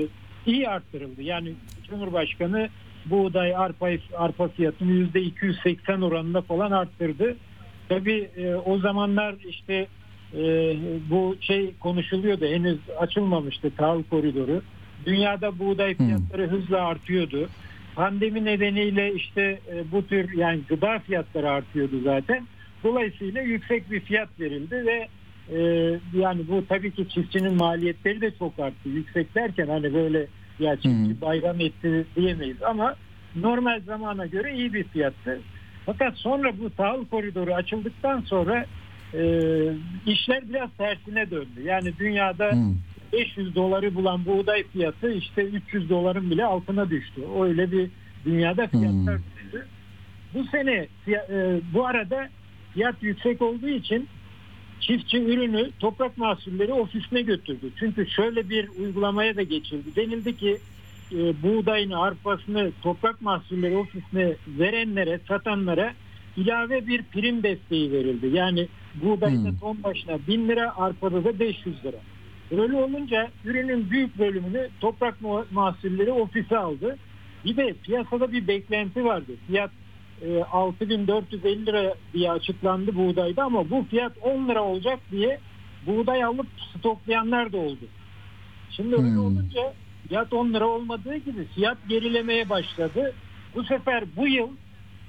iyi arttırıldı. Yani Cumhurbaşkanı buğday, arpa, arpa fiyatını yüzde iki yüz seksen oranında falan arttırdı. Tabii e, o zamanlar işte e, bu şey konuşuluyordu, henüz açılmamıştı tahıl koridoru. Dünyada buğday fiyatları hmm. hızla artıyordu. Pandemi nedeniyle işte e, bu tür yani gıda fiyatları artıyordu zaten. Dolayısıyla yüksek bir fiyat verildi ve e, yani bu tabii ki çiftçinin maliyetleri de çok arttı. Yüksek derken hani böyle ya çiftçi hmm. bayram etti diyemeyiz ama normal zamana göre iyi bir fiyattı. Fakat sonra bu tahıl koridoru açıldıktan sonra e, işler biraz tersine döndü. Yani dünyada hmm. beş yüz doları bulan buğday fiyatı işte üç yüz doların bile altına düştü. Öyle bir dünyada fiyatlar düştü. Hmm. Bu sene e, bu arada fiyat yüksek olduğu için çiftçi ürünü Toprak Mahsulleri Ofisi'ne götürdü. Çünkü şöyle bir uygulamaya da geçildi. Denildi ki e, buğdayını, arpasını Toprak Mahsulleri Ofisi'ne verenlere, satanlara ilave bir prim desteği verildi. Yani buğdayda hmm. ton başına bin lira, arpada da beş yüz lira. Böyle olunca ürünün büyük bölümünü Toprak Mahsulleri Ofisi aldı. Bir de piyasada bir beklenti vardı. Fiyat e, altı bin dört yüz elli lira diye açıklandı buğdayda ama bu fiyat on lira olacak diye buğday alıp stoklayanlar da oldu. Şimdi öyle hmm. olunca fiyat on lira olmadığı gibi fiyat gerilemeye başladı. Bu sefer bu yıl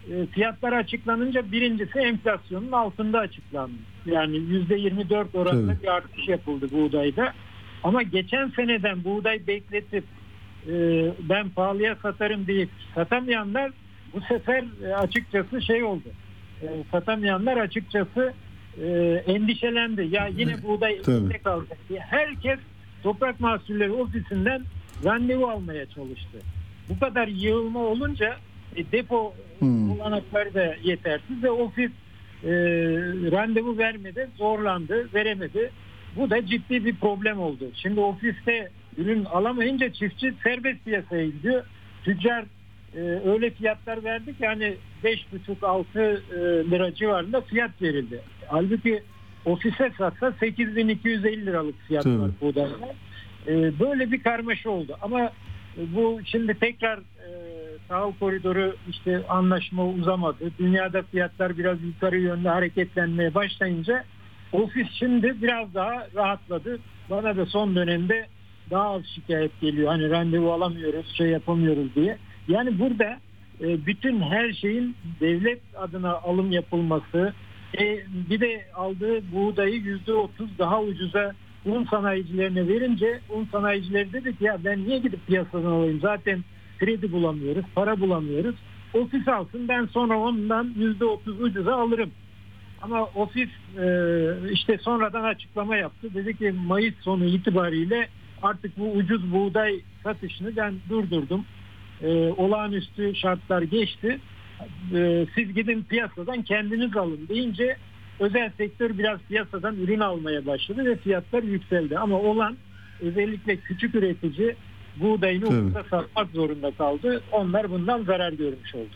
e, fiyatlar açıklanınca birincisi enflasyonun altında açıklandı. Yani yüzde yirmi dört oranında Evet. bir artış yapıldı buğdayda. Ama geçen seneden buğday bekletip e, ben pahalıya satarım deyip satamayanlar bu sefer e, açıkçası şey oldu. E, satamayanlar açıkçası e, endişelendi. Ya yine buğday elimde kalacak diye. Herkes Toprak Mahsulleri Ofisi'nden randevu almaya çalıştı. Bu kadar yığılma olunca e, depo Hmm. olanakları da yetersiz ve ofis e, randevu vermedi, zorlandı, veremedi. Bu da ciddi bir problem oldu. Şimdi ofiste ürün alamayınca çiftçi serbest piyasaya gidiyor. Tüccar e, öyle fiyatlar verdi ki hani beş buçuk altı lira civarında fiyat verildi. Halbuki ofise satsa sekiz bin iki yüz elli liralık fiyat Tabii. var buğdaylar. E, böyle bir karmaşa oldu. Ama e, bu şimdi tekrar e, tahıl koridoru işte anlaşma uzamadı. Dünyada fiyatlar biraz yukarı yönde hareketlenmeye başlayınca ofis şimdi biraz daha rahatladı. Bana da son dönemde daha az şikayet geliyor. Hani randevu alamıyoruz, şey yapamıyoruz diye. Yani burada e, bütün her şeyin devlet adına alım yapılması, e, bir de aldığı buğdayı yüzde otuz daha ucuza un sanayicilerine verince un sanayicileri dedi ki ya ben niye gidip piyasadan alayım? Zaten kredi bulamıyoruz, para bulamıyoruz. Ofis alsın, ben sonra ondan yüzde otuz ucuza alırım. Ama ofis e, işte sonradan açıklama yaptı. Dedi ki Mayıs sonu itibariyle artık bu ucuz buğday satışını ben durdurdum. E, olağanüstü şartlar geçti. E, siz gidin piyasadan kendiniz alın deyince özel sektör biraz piyasadan ürün almaya başladı ve fiyatlar yükseldi. Ama olan özellikle küçük üretici buğdayını ucuza satmak zorunda kaldı. Onlar bundan zarar görmüş oldu.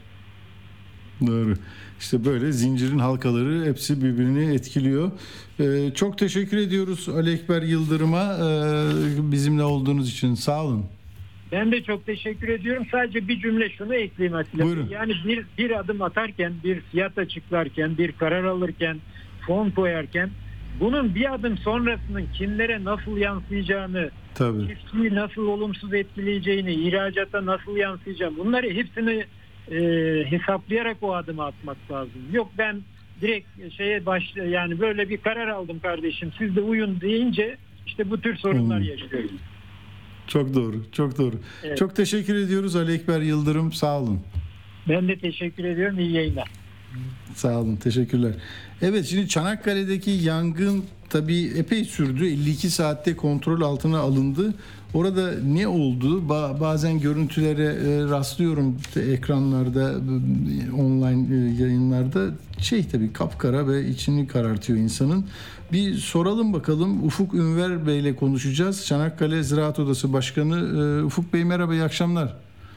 Doğru. İşte böyle zincirin halkaları hepsi birbirini etkiliyor. Ee, çok teşekkür ediyoruz Ali Ekber Yıldırım'a ee, bizimle olduğunuz için. Sağ olun. Ben de çok teşekkür ediyorum. Sadece bir cümle şunu ekleyeyim Atilla. Buyurun. Yani bir, bir adım atarken, bir fiyat açıklarken, bir karar alırken, fon koyarken bunun bir adım sonrasının kimlere nasıl yansıyacağını, Tabii. çiftçiyi nasıl olumsuz etkileyeceğini, ihracata nasıl yansıyacağını bunları hepsini e, hesaplayarak o adımı atmak lazım. Yok ben direkt şeye baş yani böyle bir karar aldım kardeşim siz de uyun deyince işte bu tür sorunlar Hmm. yaşıyoruz. Çok doğru. Çok doğru. Evet. Çok teşekkür ediyoruz Ali Ekber Yıldırım. Sağ olun. Ben de teşekkür ediyorum. İyi yayınlar. Sağ olun. Teşekkürler. Evet, şimdi Çanakkale'deki yangın tabii epey sürdü. elli iki saatte kontrol altına alındı. Orada ne oldu? Ba- bazen görüntülere e, rastlıyorum ekranlarda, e, online e, yayınlarda. Şey tabii kapkara ve içini karartıyor insanın. Bir soralım bakalım. Ufuk Ünver Bey ile konuşacağız. Çanakkale Ziraat Odası Başkanı. E, Ufuk Bey merhaba, iyi akşamlar.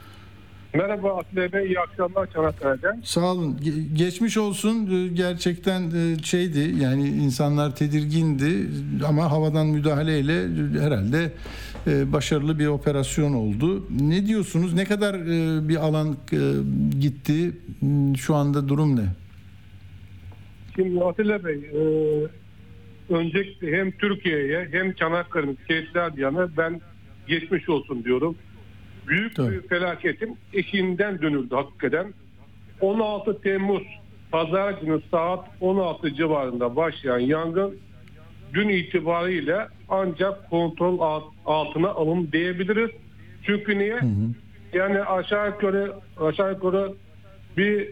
Merhaba Atilla Bey, iyi akşamlar Çanakkale'den. Sağ olun. Ge- geçmiş olsun. Ee, Gerçekten e, şeydi, yani insanlar tedirgindi ama havadan müdahaleyle herhalde e, başarılı bir operasyon oldu. Ne diyorsunuz? Ne kadar e, bir alan e, gitti? Hmm, Şu anda durum ne? Şimdi Atilla Bey, e, öncelikle hem Türkiye'ye hem Çanakkale'nin şehitler yanı ben geçmiş olsun diyorum. Büyük Tabii. bir felaketin eşiğinden dönüldü hakikaten. on altı Temmuz Pazar günü saat on altı civarında başlayan yangın dün itibariyle ancak kontrol alt- altına alın diyebiliriz. Çünkü niye? Hı hı. Yani aşağı yukarı aşağı yukarı bir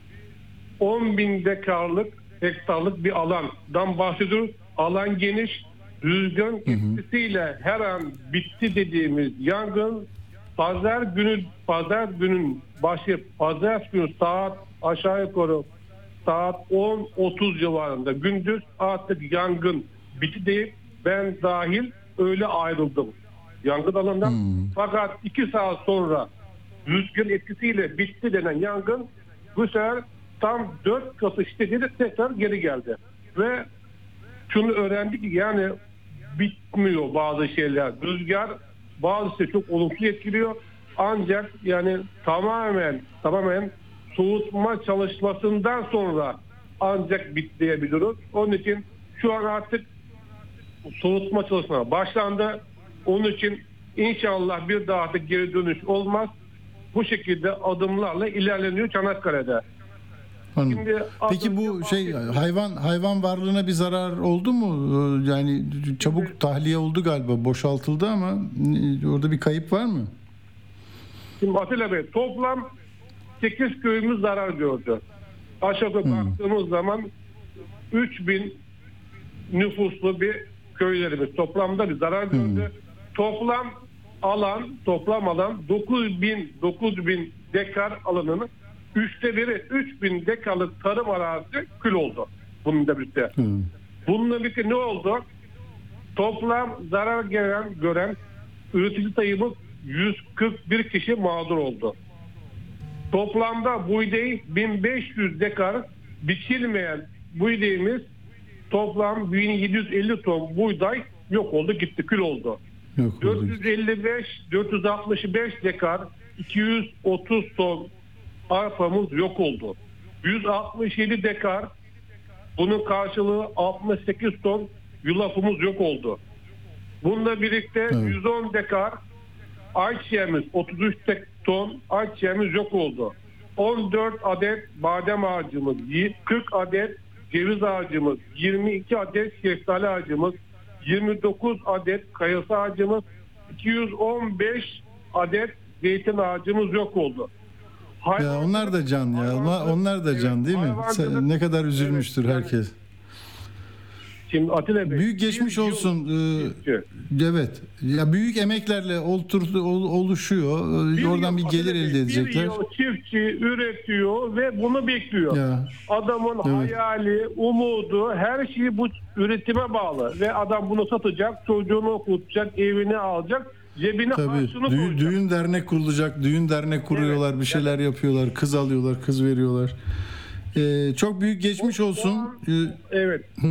on bin dekarlık hektarlık bir alandan bahsediyoruz. Alan geniş. Rüzgar etkisiyle her an bitti dediğimiz yangın pazar günü pazar günün başlayıp pazar günü saat aşağı yukarı saat on otuz civarında gündüz artık yangın bitti deyip ben dahil öyle ayrıldım yangın alanından. Hmm. Fakat iki saat sonra rüzgar etkisiyle bitti denen yangın bu sefer tam dört katı şiddetiyle tekrar geri geldi. Ve şunu öğrendik ki yani bitmiyor bazı şeyler. Rüzgar bazısı çok olumsuz etkiliyor. Ancak yani tamamen tamamen soğutma çalışmasından sonra ancak bitleyebiliyoruz. Onun için şu an artık soğutma çalışmaları başlandı. Onun için inşallah bir daha artık geri dönüş olmaz. Bu şekilde adımlarla ilerleniyor Çanakkale'de. Anladım. Şimdi Peki bu az şey önce hayvan hayvan varlığına bir zarar oldu mu? Ee, Yani çabuk tahliye oldu galiba, boşaltıldı ama e, orada bir kayıp var mı? Şimdi Atilla Bey, toplam sekiz köyümüz zarar gördü. Aşağı yukarı Hmm. baktığımız zaman üç bin nüfuslu bir köylerimiz toplamda bir zarar gördü. Toplam alan, toplam alan dokuz bin dokuz bin dekar alanının üçte biri üç bin dekarlık tarım arazisi kül oldu. Bunun da birlikte. Hmm. Bununla birlikte ne oldu? Toplam zarar gören, gören üretici sayımız yüz kırk bir kişi mağdur oldu. Toplamda buğday bin beş yüz dekar biçilmeyen buğdayımız toplam bin yedi yüz elli ton buğday yok oldu, gitti, kül oldu. Yok oldu. dört yüz elli beş dört yüz altmış beş dekar iki yüz otuz ton arpamız yok oldu. yüz altmış yedi dekar bunun karşılığı altmış sekiz ton yulafımız yok oldu. Bununla birlikte Evet. yüz on dekar ayçiçeğimiz, otuz üç ton ayçiçeğimiz yok oldu. on dört adet badem ağacımız, kırk adet ceviz ağacımız, yirmi iki adet şeftali ağacımız, yirmi dokuz adet kayısı ağacımız, iki yüz on beş adet zeytin ağacımız yok oldu. Ya onlar da can ya. Onlar, onlar da can değil mi? Hayvancılık- Sen- ne kadar üzülmüştür Evet, yani- herkes. Şimdi Atilla Bey, Büyük geçmiş bir yıl olsun. Ee, geçti. evet. Ya büyük emeklerle olturdu, ol- oluşuyor. Ee, Bir Oradan yıl, bir Atilla gelir Bey, elde edecekler. Bir yıl çiftçi üretiyor ve bunu bekliyor. Ya. Adamın Evet. hayali, umudu, her şeyi bu üretime bağlı. Ve adam bunu satacak, çocuğunu okutacak, evini alacak, cebine Tabii. harçını Düğün, koyacak. düğün dernek kurulacak. Düğün dernek kuruyorlar. Bir şeyler yapıyorlar. Kız alıyorlar. Kız veriyorlar. Ee, çok büyük geçmiş O- o olsun. an- Ee, Evet. hı.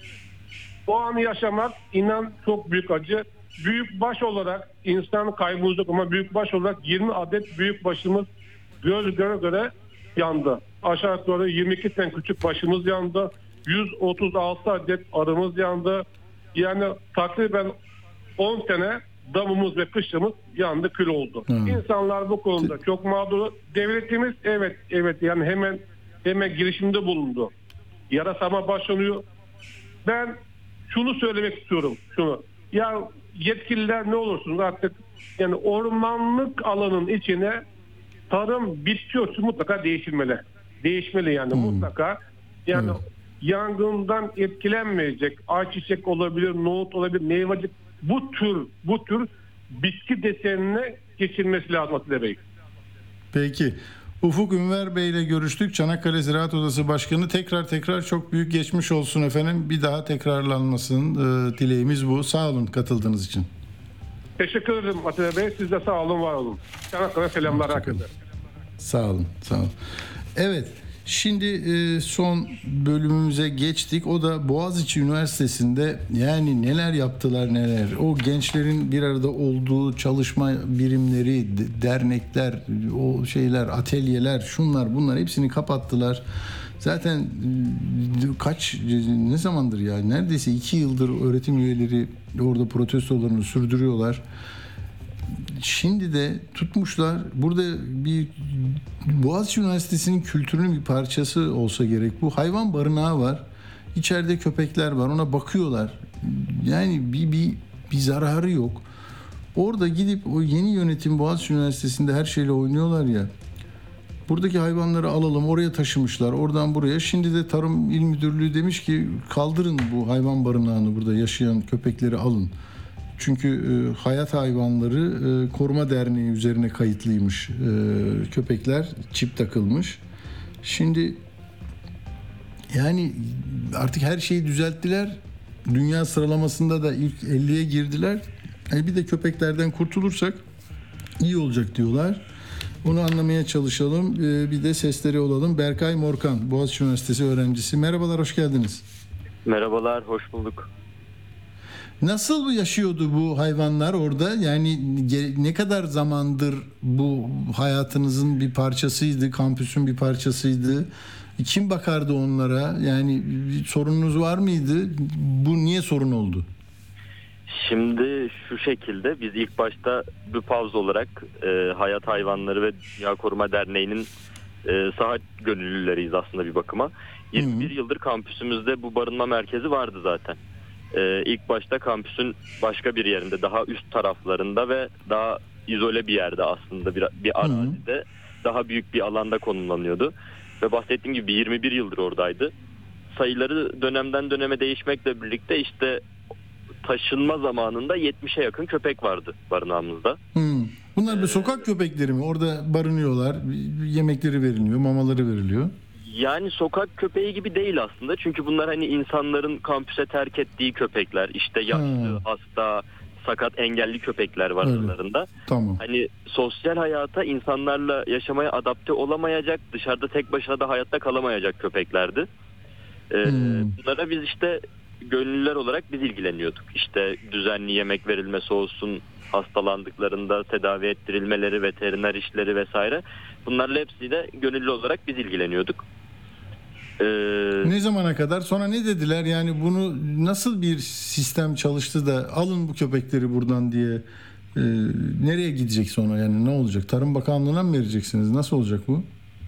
O anı yaşamak inan çok büyük acı. Büyük baş olarak insan kaybımız yok ama büyük baş olarak yirmi adet büyük başımız göz göre göre yandı. Aşağı yukarı yirmi iki tane küçük başımız yandı. yüz otuz altı adet arımız yandı. Yani takriben on tane damımız ve kışlamız yandı, kül oldu. Hmm. İnsanlar bu konuda çok mağdur. Devletimiz evet evet yani hemen hemen girişimde bulundu. Yarasama başlanıyor. Ben şunu söylemek istiyorum. Şunu. Ya yetkililer ne olursunuz artık yani ormanlık alanın içine tarım bitki örtüsü mutlaka değişilmeli. Değişmeli yani Hmm. mutlaka. Yani Evet. yangından etkilenmeyecek ayçiçek olabilir, nohut olabilir, meyvacık bu tür bu tür bitki desenine geçilmesi lazım Atilla Bey. Peki. Ufuk Ünver Bey ile görüştük. Çanakkale Ziraat Odası Başkanı. Tekrar tekrar çok büyük geçmiş olsun efendim. Bir daha tekrarlanmasın e, dileğimiz bu. Sağ olun katıldığınız için. Teşekkür ederim Atilla Bey. Siz de sağ olun, var olun. Çanakkale selamlar herkese. Sağ olun, sağ olun. Evet, şimdi e, son bölümümüze geçtik. O da Boğaziçi Üniversitesi'nde yani neler yaptılar neler. O gençlerin bir arada olduğu çalışma birimleri, de- dernekler, o şeyler, atölyeler, şunlar bunlar hepsini kapattılar. Zaten e, kaç, ne zamandır ya? Neredeyse iki yıldır öğretim üyeleri orada protestolarını sürdürüyorlar. Şimdi de tutmuşlar burada bir Boğaziçi Üniversitesi'nin kültürünün bir parçası olsa gerek. Bu hayvan barınağı var. İçeride köpekler var. Ona bakıyorlar. Yani bir bir bir zararı yok. Orada gidip o yeni yönetim Boğaziçi Üniversitesi'nde her şeyle oynuyorlar ya. Buradaki hayvanları alalım, oraya taşımışlar, oradan buraya. Şimdi de Tarım İl Müdürlüğü demiş ki kaldırın bu hayvan barınağını, burada yaşayan köpekleri alın. Çünkü e, Hayat Hayvanları e, Koruma Derneği üzerine kayıtlıymış e, köpekler, çip takılmış. Şimdi yani artık her şeyi düzelttiler. Dünya sıralamasında da ilk elliye girdiler. Yani bir de köpeklerden kurtulursak iyi olacak diyorlar. Onu anlamaya çalışalım. E, bir de sesleri olalım. Berkay Morkan, Boğaziçi Üniversitesi öğrencisi. Merhabalar, hoş geldiniz. Merhabalar, hoş bulduk. Nasıl yaşıyordu bu hayvanlar orada? Yani ge- ne kadar zamandır bu hayatınızın bir parçasıydı, kampüsün bir parçasıydı? Kim bakardı onlara? Yani bir sorununuz var mıydı? Bu niye sorun oldu? Şimdi şu şekilde biz ilk başta BÜPAVZ olarak e, Hayat Hayvanları ve Dünya Koruma Derneği'nin e, saha gönüllüleriyiz aslında bir bakıma. yirmi bir yıldır kampüsümüzde bu barınma merkezi vardı zaten. E, ilk başta kampüsün başka bir yerinde, daha üst taraflarında ve daha izole bir yerde aslında bir, bir arazide, daha büyük bir alanda konumlanıyordu. Ve bahsettiğim gibi yirmi bir yıldır oradaydı. Sayıları dönemden döneme değişmekle birlikte işte taşınma zamanında yetmişe yakın köpek vardı barınağımızda. Hmm. Bunlar bir sokak köpekleri mi? Orada barınıyorlar, yemekleri veriliyor, mamaları veriliyor. Yani sokak köpeği gibi değil aslında. Çünkü bunlar hani insanların kampüse terk ettiği köpekler. İşte yaşlı, ha. hasta, sakat, engelli köpekler var aralarında. Tamam. Hani sosyal hayata, insanlarla yaşamaya adapte olamayacak, dışarıda tek başına da hayatta kalamayacak köpeklerdi. Ee, hmm. Bunlara biz işte gönüllüler olarak biz ilgileniyorduk. İşte düzenli yemek verilmesi olsun, hastalandıklarında tedavi ettirilmeleri, veteriner işleri vesaire. Bunlarla hepsiyle gönüllü olarak biz ilgileniyorduk. Ee, ne zamana kadar? Sonra ne dediler? Yani bunu nasıl bir sistem çalıştı da alın bu köpekleri buradan diye e, nereye gidecek sonra? Yani ne olacak? Tarım Bakanlığı'na mı vereceksiniz? Nasıl olacak bu?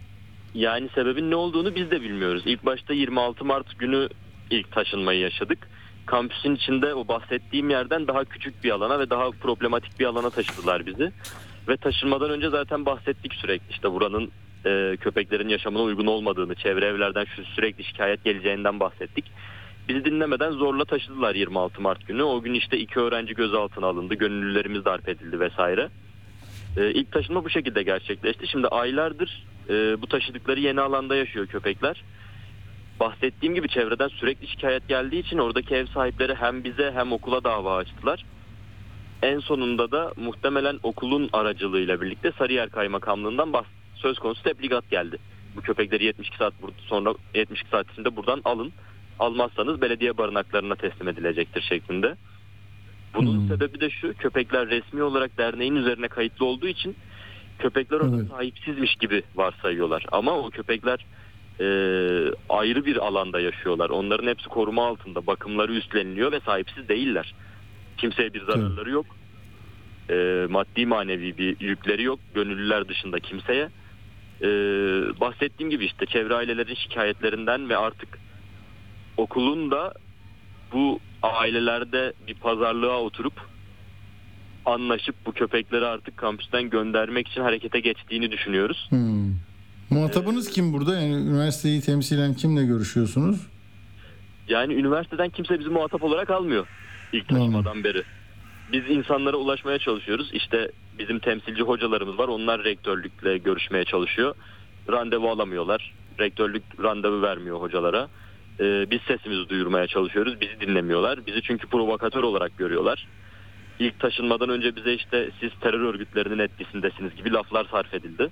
Yani sebebin ne olduğunu biz de bilmiyoruz. İlk başta yirmi altı Mart günü ilk taşınmayı yaşadık. Kampüsün içinde o bahsettiğim yerden daha küçük bir alana ve daha problematik bir alana taşıdılar bizi. Ve taşınmadan önce zaten bahsettik sürekli. İşte buranın e, köpeklerin yaşamına uygun olmadığını, çevre evlerden şu sürekli şikayet geleceğinden bahsettik. Bizi dinlemeden zorla taşıdılar yirmi altı Mart günü. O gün işte iki öğrenci gözaltına alındı, gönüllülerimiz darp edildi vesaire. E, ilk taşınma bu şekilde gerçekleşti. Şimdi aylardır e, bu taşıdıkları yeni alanda yaşıyor köpekler. Bahsettiğim gibi çevreden sürekli şikayet geldiği için oradaki ev sahipleri hem bize hem okula dava açtılar. En sonunda da muhtemelen okulun aracılığıyla birlikte Sarıyer Kaymakamlığı'ndan bahs- söz konusu tebligat geldi. Bu köpekleri yetmiş iki saat sonra yetmiş iki saat içinde buradan alın. Almazsanız belediye barınaklarına teslim edilecektir şeklinde. Bunun hmm. sebebi de şu: köpekler resmi olarak derneğin üzerine kayıtlı olduğu için köpekler orada evet. sahipsizmiş gibi varsayıyorlar. Ama o köpekler e, ayrı bir alanda yaşıyorlar. Onların hepsi koruma altında, bakımları üstleniliyor ve sahipsiz değiller. Kimseye bir zararları yok. E, maddi manevi bir yükleri yok. Gönüllüler dışında kimseye. E, bahsettiğim gibi işte çevre ailelerin şikayetlerinden ve artık okulun da bu ailelerde bir pazarlığa oturup anlaşıp bu köpekleri artık kampüsten göndermek için harekete geçtiğini düşünüyoruz. Hmm. Muhatabınız ee, kim burada? Yani üniversiteyi temsilen kimle görüşüyorsunuz? Yani üniversiteden kimse bizi muhatap olarak almıyor ilk taşımadan beri. Biz insanlara ulaşmaya çalışıyoruz. İşte bizim temsilci hocalarımız var. Onlar rektörlükle görüşmeye çalışıyor. Randevu alamıyorlar. Rektörlük randevu vermiyor hocalara. Ee, biz sesimizi duyurmaya çalışıyoruz. Bizi dinlemiyorlar. Bizi çünkü provokatör olarak görüyorlar. İlk taşınmadan önce bize işte siz terör örgütlerinin etkisindesiniz gibi laflar sarf edildi.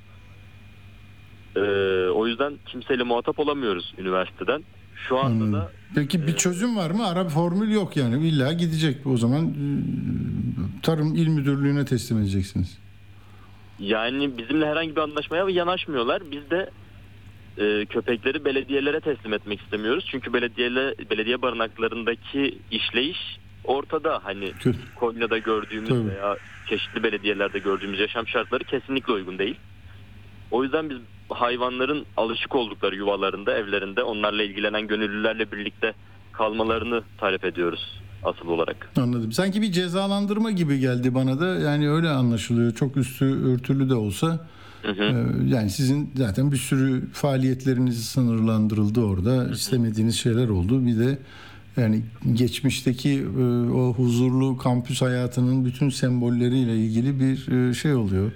Ee, o yüzden kimseyle muhatap olamıyoruz üniversiteden. Şu anda hmm. da... Peki bir e, çözüm var mı? Ara bir formül yok yani. İlla gidecek. O zaman Tarım İl Müdürlüğü'ne teslim edeceksiniz. Yani bizimle herhangi bir anlaşmaya yanaşmıyorlar. Biz de e, köpekleri belediyelere teslim etmek istemiyoruz. Çünkü belediyeyle, belediye barınaklarındaki işleyiş ortada. Hani Kötü. Konya'da gördüğümüz Tabii. veya çeşitli belediyelerde gördüğümüz yaşam şartları kesinlikle uygun değil. O yüzden biz hayvanların alışık oldukları yuvalarında, evlerinde onlarla ilgilenen gönüllülerle birlikte kalmalarını talep ediyoruz asıl olarak. Anladım. Sanki bir cezalandırma gibi geldi bana da. Yani öyle anlaşılıyor. Çok üstü örtülü de olsa. Hı hı. Yani sizin zaten bir sürü faaliyetleriniz sınırlandırıldı orada. Hı hı. İstemediğiniz şeyler oldu. Bir de yani geçmişteki o huzurlu kampüs hayatının bütün sembolleriyle ilgili bir şey oluyor.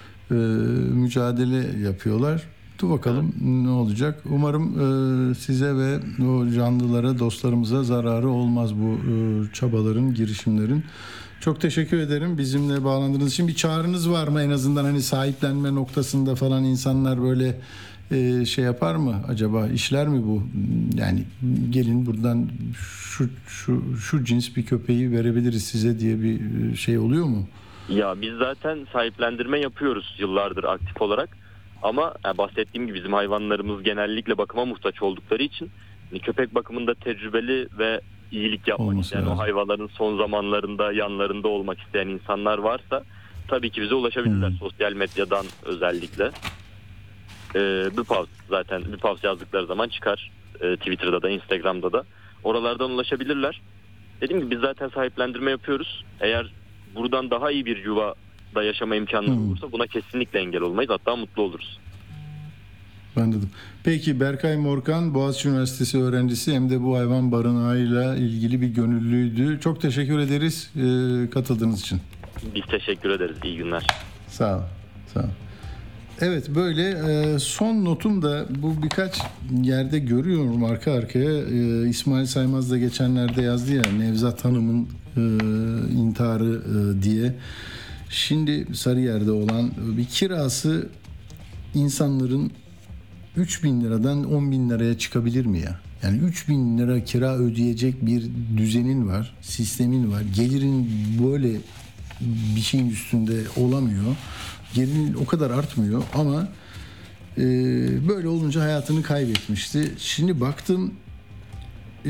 Mücadele yapıyorlar. Dur bakalım ne olacak. Umarım size ve o canlılara, dostlarımıza zararı olmaz bu çabaların, girişimlerin. Çok teşekkür ederim bizimle bağlandığınız için. Bir çağrınız var mı en azından, hani sahiplenme noktasında falan insanlar böyle şey yapar mı acaba, işler mi bu? Yani gelin buradan şu şu şu cins bir köpeği verebiliriz size diye bir şey oluyor mu? Ya biz zaten sahiplendirme yapıyoruz yıllardır aktif olarak. Ama yani bahsettiğim gibi bizim hayvanlarımız genellikle bakıma muhtaç oldukları için hani köpek bakımında tecrübeli ve iyilik yapmak Olması isteyen, lazım. O hayvanların son zamanlarında yanlarında olmak isteyen insanlar varsa tabii ki bize ulaşabilirler hmm. sosyal medyadan özellikle. e, Bpulse zaten Bpulse yazdıkları zaman çıkar. E, Twitter'da da Instagram'da da. Oralardan ulaşabilirler. Dediğim gibi biz zaten sahiplendirme yapıyoruz. Eğer buradan daha iyi bir yuvada yaşama imkanı hmm. olursa buna kesinlikle engel olmayız. Hatta mutlu oluruz. Anladım. Peki Berkay Morkan, Boğaziçi Üniversitesi öğrencisi, hem de bu hayvan barınağıyla ilgili bir gönüllüydü. Çok teşekkür ederiz e, katıldığınız için. Biz teşekkür ederiz. İyi günler. Sağ ol. Sağ ol. Evet, böyle e, son notum da bu, birkaç yerde görüyorum arka arkaya. E, İsmail Saymaz da geçenlerde yazdı ya, Nevzat Hanım'ın e, intiharı e, diye. Şimdi Sarıyer'de olan bir kirası insanların üç bin liradan on bin liraya çıkabilir mi ya? Yani üç bin lira kira ödeyecek bir düzenin var, sistemin var. Gelirin böyle bir şeyin üstünde olamıyor. Gelirin o kadar artmıyor ama e, böyle olunca hayatını kaybetmişti. Şimdi baktım e,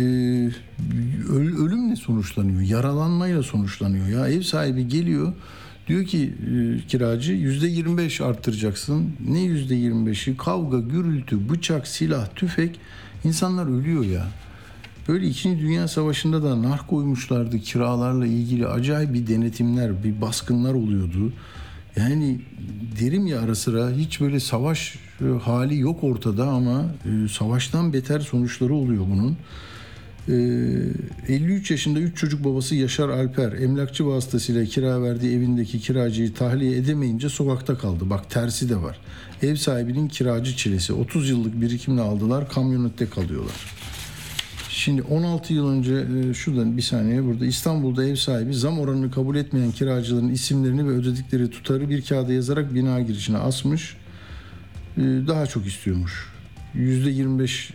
öl, ölümle sonuçlanıyor, yaralanmayla sonuçlanıyor. Ya ev sahibi geliyor, diyor ki e, kiracı yüzde yirmi beş arttıracaksın. Ne yüzde yirmi beşi? Kavga, gürültü, bıçak, silah, tüfek. İnsanlar ölüyor ya. Böyle İkinci Dünya Savaşı'nda da nark koymuşlardı kiralarla ilgili, acayip bir denetimler, bir baskınlar oluyordu. Yani derim ya ara sıra, hiç böyle savaş e, hali yok ortada ama e, savaştan beter sonuçları oluyor bunun. E, elli üç yaşında üç çocuk babası Yaşar Alper, emlakçı vasıtasıyla kira verdiği evindeki kiracıyı tahliye edemeyince sokakta kaldı. Bak, tersi de var. Ev sahibinin kiracı çilesi. otuz yıllık birikimle aldılar, kamyonette kalıyorlar. Şimdi on altı yıl önce şuradan bir saniye, burada İstanbul'da ev sahibi zam oranını kabul etmeyen kiracıların isimlerini ve ödedikleri tutarı bir kağıda yazarak bina girişine asmış. Daha çok istiyormuş. yüzde yirmi beş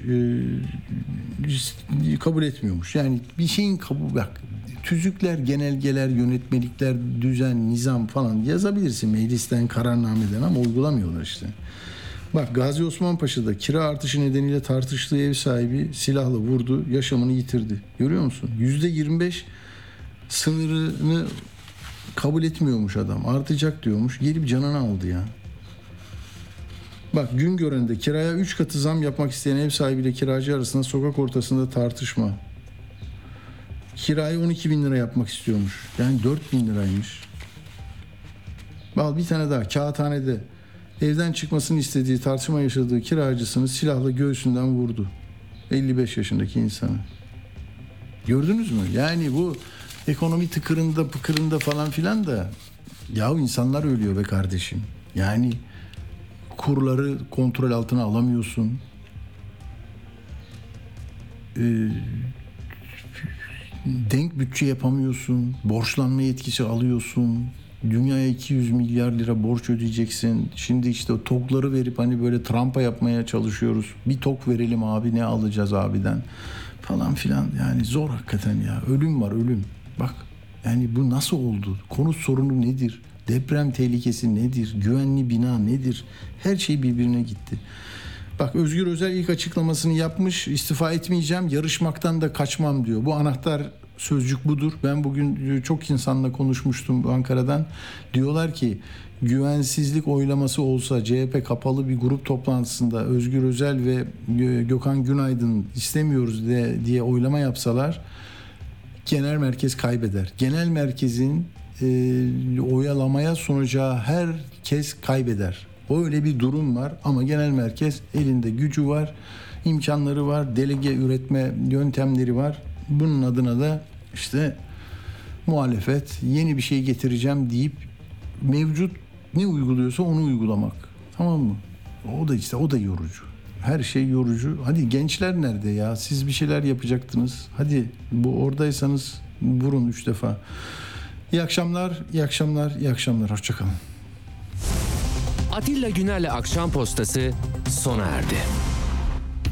kabul etmiyormuş. Yani bir şeyin kabul, bak, tüzükler, genelgeler, yönetmelikler, düzen, nizam falan yazabilirsin meclisten, kararnameden, ama uygulamıyorlar işte. Bak, Gazi Osman Paşa'da kira artışı nedeniyle tartıştığı ev sahibi silahla vurdu, yaşamını yitirdi. Görüyor musun? yüzde yirmi beş sınırını kabul etmiyormuş adam. Artacak diyormuş. Gelip canını aldı ya. Bak, Güngören'de kiraya üç katı zam yapmak isteyen ev sahibiyle kiracı arasında sokak ortasında tartışma. Kirayı on iki bin lira yapmak istiyormuş. Yani dört bin liraymış. Bak, bir tane daha Kağıthane'de evden çıkmasını istediği, tartışma yaşadığı kiracısını silahla göğsünden vurdu. elli beş yaşındaki insanı. Gördünüz mü? Yani bu ekonomi tıkırında pıkırında falan filan da yahu insanlar ölüyor be kardeşim. Yani kurları kontrol altına alamıyorsun. Ee, denk bütçe yapamıyorsun. Borçlanma yetkisi alıyorsun. Dünyaya iki yüz milyar lira borç ödeyeceksin. Şimdi işte o tokları verip hani böyle Trump'a yapmaya çalışıyoruz. Bir tok verelim abi, ne alacağız abiden falan filan. Yani zor hakikaten ya. Ölüm var, ölüm. Bak yani bu nasıl oldu? Konut sorunu nedir? Deprem tehlikesi nedir? Güvenli bina nedir? Her şey birbirine gitti. Bak, Özgür Özel ilk açıklamasını yapmış. İstifa etmeyeceğim, yarışmaktan da kaçmam diyor. Bu anahtar sözcük budur. Ben bugün çok insanla konuşmuştum Ankara'dan. Diyorlar ki güvensizlik oylaması olsa, C H P kapalı bir grup toplantısında Özgür Özel ve Gökhan Günaydın istemiyoruz de, diye oylama yapsalar genel merkez kaybeder. Genel merkezin e, oyalamaya sunacağı herkes kaybeder. Öyle bir durum var ama genel merkez elinde gücü var, imkanları var, delege üretme yöntemleri var. Bunun adına da işte muhalefet, yeni bir şey getireceğim deyip mevcut ne uyguluyorsa onu uygulamak. Tamam mı? O da işte, o da yorucu. Her şey yorucu. Hadi gençler nerede ya? Siz bir şeyler yapacaktınız. Hadi bu oradaysanız vurun üç defa. İyi akşamlar, iyi akşamlar, iyi akşamlar. Hoşça kalın. Atilla Güner'le Akşam Postası sona erdi.